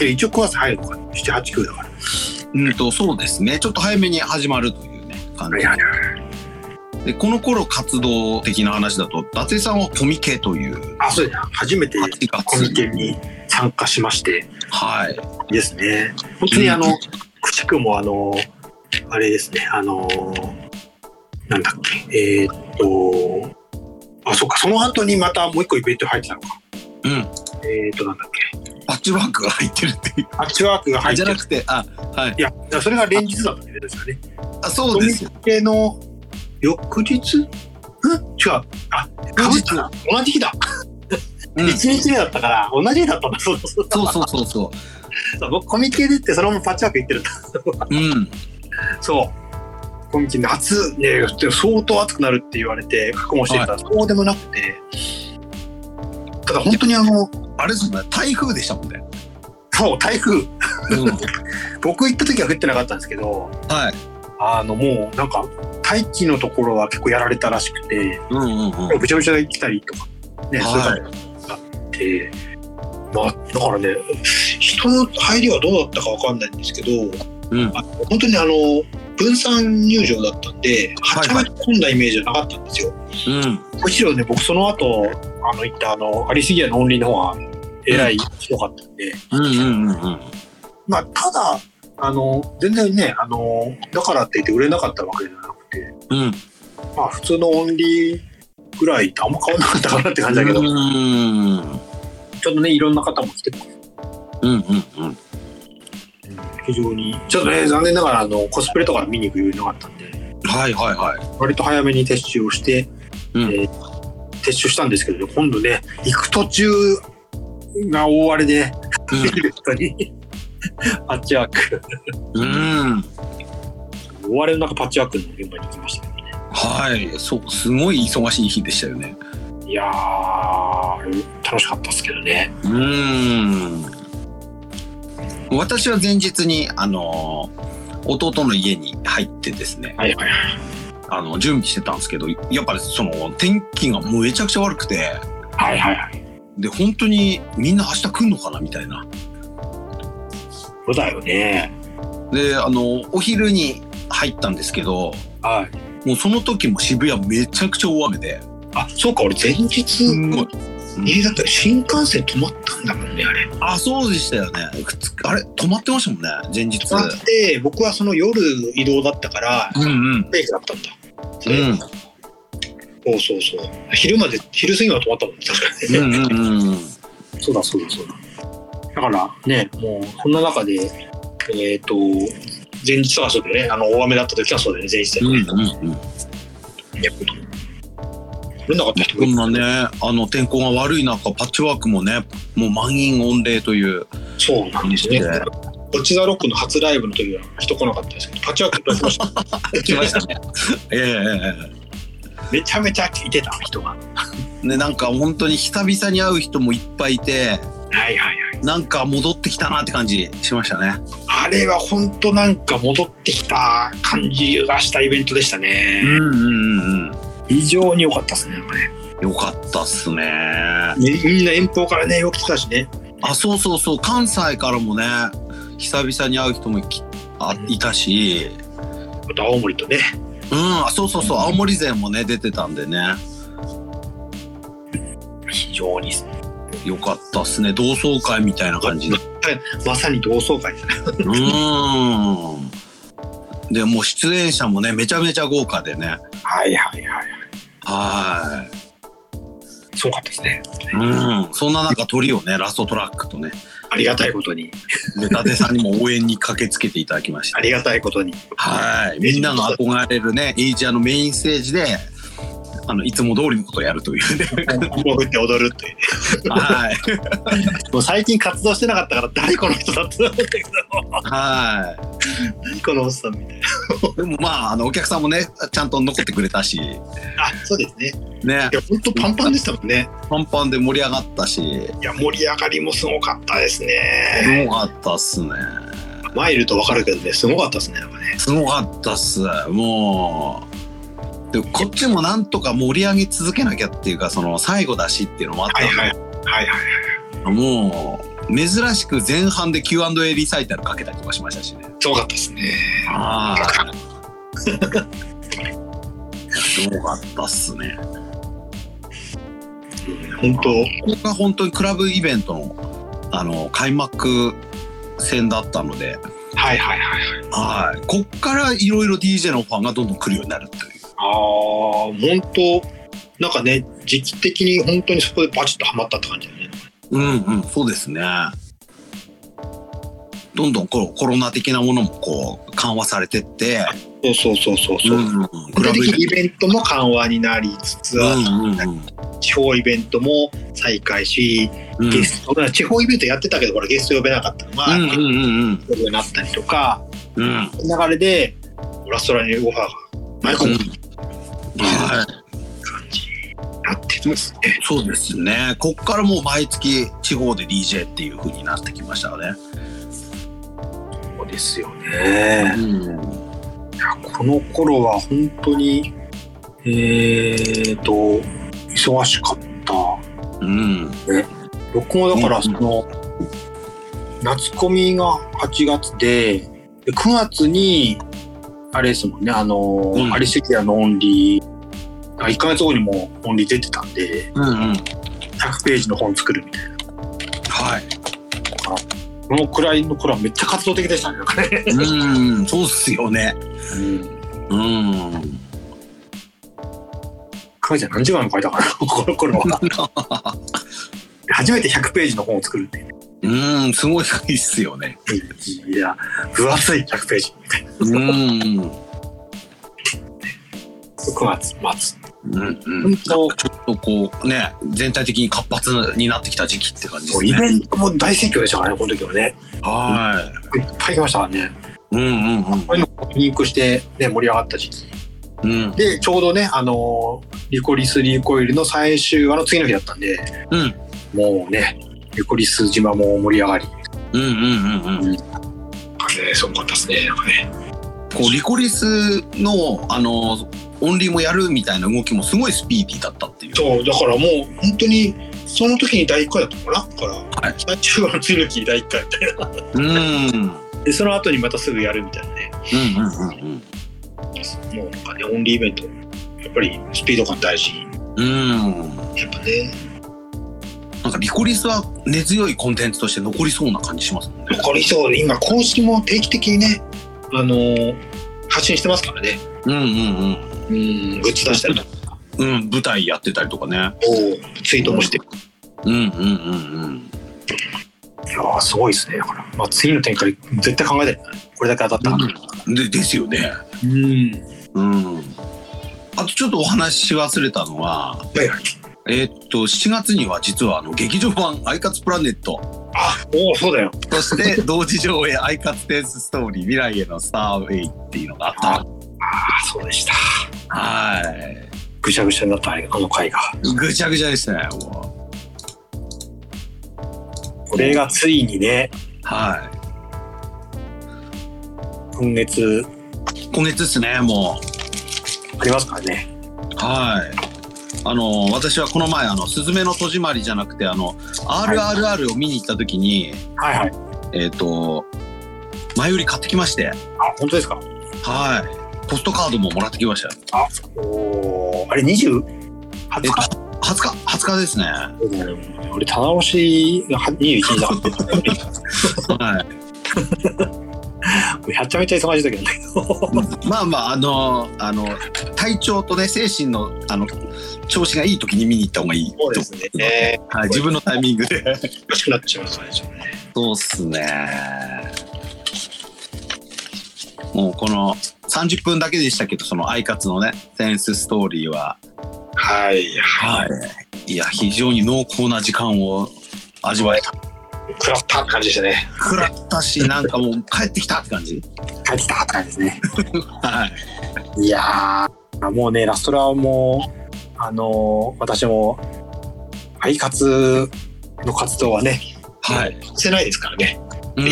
[SPEAKER 1] 一応くがつ入るのかな、なな、はち、きゅうだから。うんとそうですね。ちょっと早めに始まるというね感じ。でこの頃活動的な話だと達井さんはコミケという。あ、そうですね。初めてコミケに参加しまして。はいですね。本当にあの、うん、くしくもあのあれですね、あのなんだっけ、えー、っとあ、そうか、その後にまたもう一個イベント入ってたのか。うん。えー、っとなんだっけ、パッチワークが入ってるっていう。パッチワークが入ってるじゃなくて、あ、はい。いや、それが連日だったんですよね。あ、そうですよ。コミケの翌日？うん？違う。あ、かぶったな。同じ日だ。いちにちめだったから同じ日だったんだ。そうそうそうそうそうそう。僕コミケで行ってそのままパッチワーク行ってるんだ。うん。そう。コミケ夏ね相当暑くなるって言われて覚悟してたら、はい、そうでもなくて。ただ本当にあのあれですね、台風でしたもんね。そう、台風。うん、僕行った時は降ってなかったんですけど。はい。あのもうなんか大気のところは結構やられたらしくて、うんうんうん、ぶちゃぶちゃ来たりとかね、はい、そういうのがあって、まあだからね、人の入りはどうだったかわかんないんですけど、うん、あ本当にあの
[SPEAKER 2] 分散入場だったんで、はちゃめちゃ混んだイメージはなかったんですよ。
[SPEAKER 1] うん、
[SPEAKER 2] むしろね、僕その後あの行ったあのアリスギアのオンリーの方はえらいひどかったんで、
[SPEAKER 1] うんうんうんうん、
[SPEAKER 2] まあただあの全然ね、あのだからって言って売れなかったわけじゃなくて、
[SPEAKER 1] うん、
[SPEAKER 2] まあ普通のオンリーぐらいってあんま変わらなかったかなって感じだけど、うん、ちょっとねいろんな方も来てます。
[SPEAKER 1] うんうんうん。
[SPEAKER 2] 非常にちょっとね残念ながらあのコスプレとか見に行く余裕なかったんで、
[SPEAKER 1] はいはいはい。
[SPEAKER 2] 割と早めに撤収をして、うん、えー、撤収したんですけど、今度ね行く途中が大荒れで、うん、見る人にパッチワーク、うん、大荒れの中パッチワークの現場に行きましたけどね。
[SPEAKER 1] はい、そうすごい忙しい日でしたよね。
[SPEAKER 2] いやー楽しかったですけどね。
[SPEAKER 1] うーん、私は前日にあの弟の家に入ってですね、
[SPEAKER 2] はいはいはい、
[SPEAKER 1] あの準備してたんですけど、やっぱりその天気がもうめちゃくちゃ悪くて、
[SPEAKER 2] はいはいはい、
[SPEAKER 1] で本当にみんな明日来んのかなみたいな。
[SPEAKER 2] そうだよね。
[SPEAKER 1] であのお昼に入ったんですけど、
[SPEAKER 2] はい、
[SPEAKER 1] もうその時も渋谷めちゃくちゃ大雨で。
[SPEAKER 2] あ、そうか、俺前日、うん、家だったら新幹線止まったんだもんね、あれ。
[SPEAKER 1] あ、そうでしたよね。あれ止まってましたもんね、前日。
[SPEAKER 2] 止まって、僕はその夜移動だったから、うんうん、フェイクだったんだ。うん。そうそうそう。昼まで、昼過ぎは止まったもんね、確かにね。うんうんうん。そうだそうだそうだ。だからね、もうそんな中で、えっと、前日はそうだよね、あの大雨だった時はそうだよね、前日だよね。うんうんうん。いや、
[SPEAKER 1] こんなね、あの天候が悪い中パッチワークもねもう満員御礼という。
[SPEAKER 2] そうなんですね。ボッチザロックの初ライブの時は人来なかったですけど、パッチワーク来ました
[SPEAKER 1] 来ましたね。ええ
[SPEAKER 2] ー、めちゃめちゃいてた人が
[SPEAKER 1] ね、なんか本当に久々に会う人もいっぱいいて、
[SPEAKER 2] はいはいはい、
[SPEAKER 1] なんか戻ってきたなって感じしましたね。
[SPEAKER 2] あれは本当なんか戻ってきた感じがしたイベントでしたね。うんうんうん、非常に良かったですね。
[SPEAKER 1] 良かったっすね。
[SPEAKER 2] みんな遠方からねよく来たしね。
[SPEAKER 1] あ、そうそうそう、関西からもね久々に会う人も い, あいたし、
[SPEAKER 2] あと青森とね、
[SPEAKER 1] うん、そうそうそう、青森勢もね出てたんでね、
[SPEAKER 2] 非常に
[SPEAKER 1] 良かったっすね。同窓会みたいな感じで、
[SPEAKER 2] まさに同窓会ですね。うん。
[SPEAKER 1] でもう出演者もねめちゃめちゃ豪華でね。
[SPEAKER 2] はいはいはい
[SPEAKER 1] はい。
[SPEAKER 2] すごかったですね。
[SPEAKER 1] うん。そんな中トリオねラストトラックとね。
[SPEAKER 2] ありがたいことに。
[SPEAKER 1] で伊達さんにも応援に駆けつけていただきました。
[SPEAKER 2] ありがたいことに。
[SPEAKER 1] はい。みんなが憧れるねエイジアのメインステージで。あのいつも通りのことをやるというね。
[SPEAKER 2] もう振って踊るっていう。はい。もう最近活動してなかったから誰この人だって思ったけど。はい。何このおっさんみたいな。
[SPEAKER 1] でもまああのお客さんもねちゃんと残ってくれたし。
[SPEAKER 2] あ、そうですね。
[SPEAKER 1] ね。
[SPEAKER 2] いや本当パンパンでしたもんね。
[SPEAKER 1] パンパンで盛り上がったし。い
[SPEAKER 2] や盛り上がりもすごかったですね。
[SPEAKER 1] すごかったっすね。
[SPEAKER 2] マイルと分かるけどねすごかったっすね。やっぱね。
[SPEAKER 1] すごかったっす。もう。でこっちもなんとか盛り上げ続けなきゃっていうかその最後だしっていうのもあったので、はいはいはいはい、もう珍しく前半で キューアンドエー リサイタルかけたりとかしましたしね。
[SPEAKER 2] すごかったですね。
[SPEAKER 1] ああすごかったっすね。
[SPEAKER 2] 本当こ
[SPEAKER 1] こが本当にクラブイベントのあの開幕戦だったので、
[SPEAKER 2] はいはいはい
[SPEAKER 1] はい、はい、こっからいろいろ ディージェー のオファーがどんどん来るようになるという。
[SPEAKER 2] ああ、本当なんかね時期的に本当にそこでバチッとハマったって感じだね。
[SPEAKER 1] うんうん、そうですね。どんどんコロ、コロナ的なものもこう緩和されてって、
[SPEAKER 2] そうそうそうそうそう。うんうん、具体的にイベントも緩和になりつつあ、うんうんうん、地方イベントも再開し、うん、ゲスト地方イベントやってたけどこれゲスト呼べなかったのが、うんうんうんうん、呼べなったりとか、うん、流れでラストラにオファーが舞い込む。うんはい、感じになってますね。
[SPEAKER 1] そうですね。こっからもう毎月地方で ディージェー っていう風になってきましたね。
[SPEAKER 2] そうですよね。うん、いやこの頃は本当にえーと忙しかった。うん。ね、僕もだからその、うん、夏コミがはちがつで、でくがつにあれですもんね、あの、うん、アリスギアのオンリー、いっかげつごにもオンリー出てたんで、うんうん、ひゃくページの本作るみたいな。
[SPEAKER 1] はい。
[SPEAKER 2] このくらいの頃はめっちゃ活動的でしたね。
[SPEAKER 1] うん、そうっすよね。うん。うん。
[SPEAKER 2] 書いて何時間も書いたかな、この頃は。初めてひゃくページの本を作るっていう。
[SPEAKER 1] うん、すごいいいっすよね。
[SPEAKER 2] いや、分厚いひゃくページみたいな。うん。くがつ末。
[SPEAKER 1] うんうん。ちょっとこうね、全体的に活発になってきた時期って感じですね。
[SPEAKER 2] イベントも大盛況でしたからね、この時はね。
[SPEAKER 1] はい。
[SPEAKER 2] いっぱい来ましたからね。
[SPEAKER 1] うんうんうん。
[SPEAKER 2] こういうのリンクしてね、盛り上がった時期。うん、でちょうどね、あのリコリスリコイルの最終話の次の日だったんで、うん、もうねリコリス島も盛り上がり、うんうんうんうん、うん、ね、すごかったですね。なんかね、
[SPEAKER 1] こうリコリスのあのオンリーもやるみたいな動きもすごいスピーディーだったっていう。
[SPEAKER 2] そうだからもう本当にその時にだいいっかいだったのかな。だから、はい、最終話の次の日にだいいっかいみたいな。うん。でその後にまたすぐやるみたいなね。うんうんうんうん。もうなんかね、オンリーイベントやっぱりスピード感大事。うん。やっぱね。
[SPEAKER 1] なんかリコリスは根強いコンテンツとして残りそうな感じしますもんね。
[SPEAKER 2] 残りそうで、今公式も定期的にね、あのー、発信してますからね。うんうんうん。うん、グッズ出したりとか。
[SPEAKER 1] うん、舞台やってたりとかね。
[SPEAKER 2] おツイートもしてる。
[SPEAKER 1] うんうんうんうん。
[SPEAKER 2] いやーすごいですね。だから、まあ、次の展開絶対考えてる。これだけ当たった。
[SPEAKER 1] うん、でですよね。うん。うん。あとちょっとお話し忘れたのは、はいはい。えー、っとしちがつには実はあの劇場版アイカツプラネット。
[SPEAKER 2] あ、おおそうだよ。
[SPEAKER 1] そして同時上映アイカツテンスストーリー未来へのスターウェイっていうのがあった。
[SPEAKER 2] ああそうでした。
[SPEAKER 1] はい。
[SPEAKER 2] ぐちゃぐちゃになったあの回が。
[SPEAKER 1] ぐちゃぐちゃでしたね。もう。
[SPEAKER 2] これがついにね。
[SPEAKER 1] はい。
[SPEAKER 2] 今月。
[SPEAKER 1] 今月ですね、も
[SPEAKER 2] う。ありますからね。
[SPEAKER 1] はい。あの私はこの前あのスズメの戸締まりじゃなくてあの アールアールアール を見に行った時に、はいはい、えっ、ー、と前売り買ってきまして。あ、
[SPEAKER 2] 本当ですか。
[SPEAKER 1] はい。ポストカードももらってきました。
[SPEAKER 2] あ、おあれにじゅうはつか、
[SPEAKER 1] えっと、はつかはつかですね。
[SPEAKER 2] 俺棚押しがにじゅういちにちだから。はい。はちゃめちゃ忙しい時なんだけど
[SPEAKER 1] まあまああのあの体調とね精神のあの調子がいい時に見に行った方がいいと。
[SPEAKER 2] そうですね、
[SPEAKER 1] はい、自分のタイミングで
[SPEAKER 2] 欲しくなってしまうそうでしょうね。
[SPEAKER 1] そうっすね。もうこのさんじゅっぷんだけでしたけど、そのアイカツのねセンスストーリーは
[SPEAKER 2] はい
[SPEAKER 1] はい、いや非常に濃厚な時間を味わえた。
[SPEAKER 2] 食らったって感じでしたね。
[SPEAKER 1] 食らったし、なんかもう帰ってきたって感じ。
[SPEAKER 2] 帰ってきたって感じですね。
[SPEAKER 1] はい。
[SPEAKER 2] いやー、もうね、ラストラはもう、あのー、私も、アイカツの活動はね、はい。してないですからね。うんうん、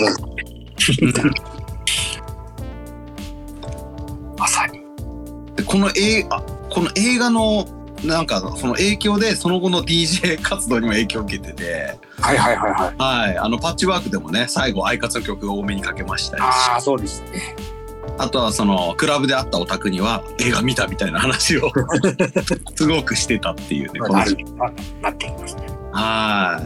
[SPEAKER 2] まさに。
[SPEAKER 1] この映画、この映画の、なんかその影響でその後の ディージェー 活動にも影響を受けてて、
[SPEAKER 2] はいはいはいはい、
[SPEAKER 1] はい、あのパッチワークでもね最後アイカツの曲を多めにかけましたり、
[SPEAKER 2] ああそうですね。
[SPEAKER 1] あとはそのクラブで会ったオタクには映画見たみたいな話をすごくしてたっていうね。
[SPEAKER 2] なるなっていますね。
[SPEAKER 1] はい。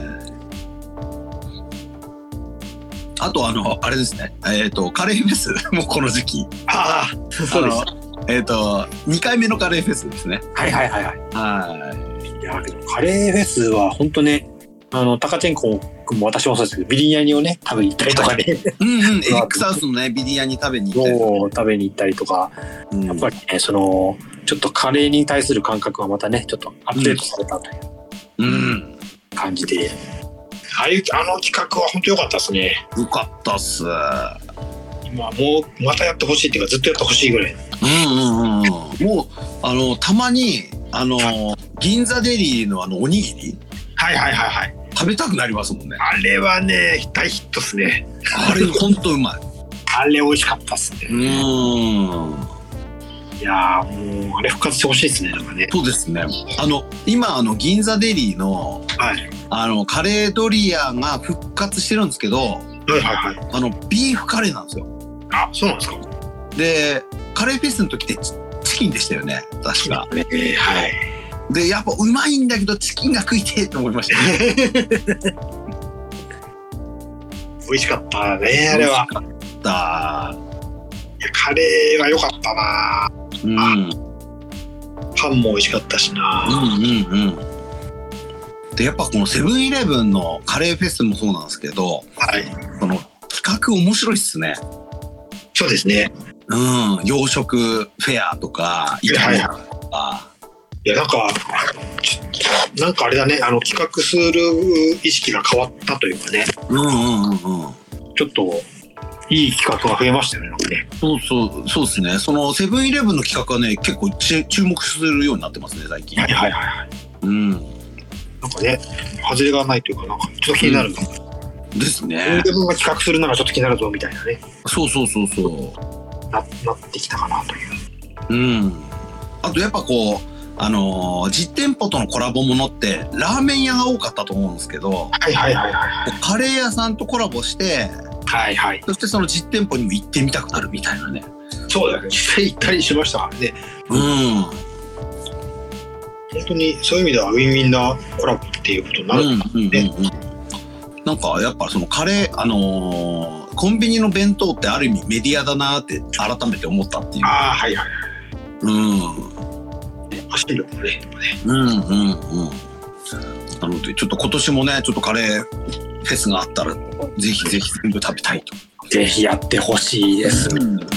[SPEAKER 1] あとあのあれですね、えっ、ー、とカレーフェスもこの時期。
[SPEAKER 2] ああそうです。
[SPEAKER 1] えっとにかいめのカレーフェスですね。
[SPEAKER 2] はいはいはいはい。
[SPEAKER 1] はい。
[SPEAKER 2] いやでもカレーフェスは本当ね、あのタカチェンコ君も私もそうですけどビリヤニをね食べに行ったりとかね。
[SPEAKER 1] うんうん。エリックサウスのねビリヤニ食べに行ったりと
[SPEAKER 2] か。食べに行ったりとか、うん、やっぱりねそのちょっとカレーに対する感覚がまたねちょっとアップデートされたという感じで、うん、ああいうあの企画は本当良かったですね。
[SPEAKER 1] 良かったっす。
[SPEAKER 2] まあ、もうまたやってほしいっていうかずっとやってほしいぐらい。
[SPEAKER 1] うんうんうん。もうあのたまにあの、はい、銀座デリーのあのおにぎり。
[SPEAKER 2] はいはいはいはい。
[SPEAKER 1] 食べたくなりますもんね。
[SPEAKER 2] あれはね大ヒットっすね。
[SPEAKER 1] あれ本当うまい。
[SPEAKER 2] あれ美味しかったっすね。うん。いやーもうあれ復活してほしいですねなんかね。
[SPEAKER 1] そうですね。あの今あの銀座デリーの、はい、あのカレードリアが復活してるんですけど、はいはいはい。あのビーフカレーなんですよ。
[SPEAKER 2] あ、そうなんですか。
[SPEAKER 1] でカレーフェスの時ってチキンでしたよね確か、
[SPEAKER 2] ね、はい。
[SPEAKER 1] でやっぱうまいんだけどチキンが食いてえと思いましたね
[SPEAKER 2] 美味しかったねあれは。
[SPEAKER 1] 美味しかった。
[SPEAKER 2] いやカレーは良かったな。
[SPEAKER 1] うん。
[SPEAKER 2] パンも美味しかったしな。
[SPEAKER 1] うんうんうん。でやっぱこのセブンイレブンのカレーフェスもそうなんですけど、
[SPEAKER 2] はい。
[SPEAKER 1] その企画面白いっすね。
[SPEAKER 2] そうですね。
[SPEAKER 1] うん。洋食フェアとかイタリアンとか。はい
[SPEAKER 2] いやなんかなんかあれだねあの企画する意識が変わったというかね、
[SPEAKER 1] うんうんうんうん、
[SPEAKER 2] ちょっといい企画が増えましたよね。なんかね
[SPEAKER 1] そうそうそうですね。そのセブンイレブンの企画はね結構注目するようになってますね最近。
[SPEAKER 2] はいはいはいはい。
[SPEAKER 1] うん。
[SPEAKER 2] なんかね外れがないというかなんかちょっと気になる、
[SPEAKER 1] うん、ですね。
[SPEAKER 2] セブンイレブンが企画するならちょっと気になるぞみたいなね。
[SPEAKER 1] そうそうそうそう
[SPEAKER 2] な, なってきたかなという。
[SPEAKER 1] うん。あとやっぱこう。あのー、実店舗とのコラボものってラーメン屋が多かったと思うんですけど、
[SPEAKER 2] はいはいはいはい、
[SPEAKER 1] カレー屋さんとコラボして、
[SPEAKER 2] はいはい、
[SPEAKER 1] そしてその実店舗にも行ってみたくなるみたいなね。
[SPEAKER 2] そうだね、実際行ったりしましたからね。
[SPEAKER 1] うん、本
[SPEAKER 2] 当にそういう意味ではウィンウィンなコラボっていうことになるんだね、うんうんうんうん、
[SPEAKER 1] なんかやっぱそのカレー、あのー、コンビニの弁当ってある意味メディアだなって改めて思ったっていう。
[SPEAKER 2] ああはいはいはい。
[SPEAKER 1] うん
[SPEAKER 2] 走るもね。
[SPEAKER 1] うんうんうん。なのでちょっと今年もねちょっとカレーフェスがあったらぜひぜひ全部食べたいと。
[SPEAKER 2] ぜひやってほしいです。うん、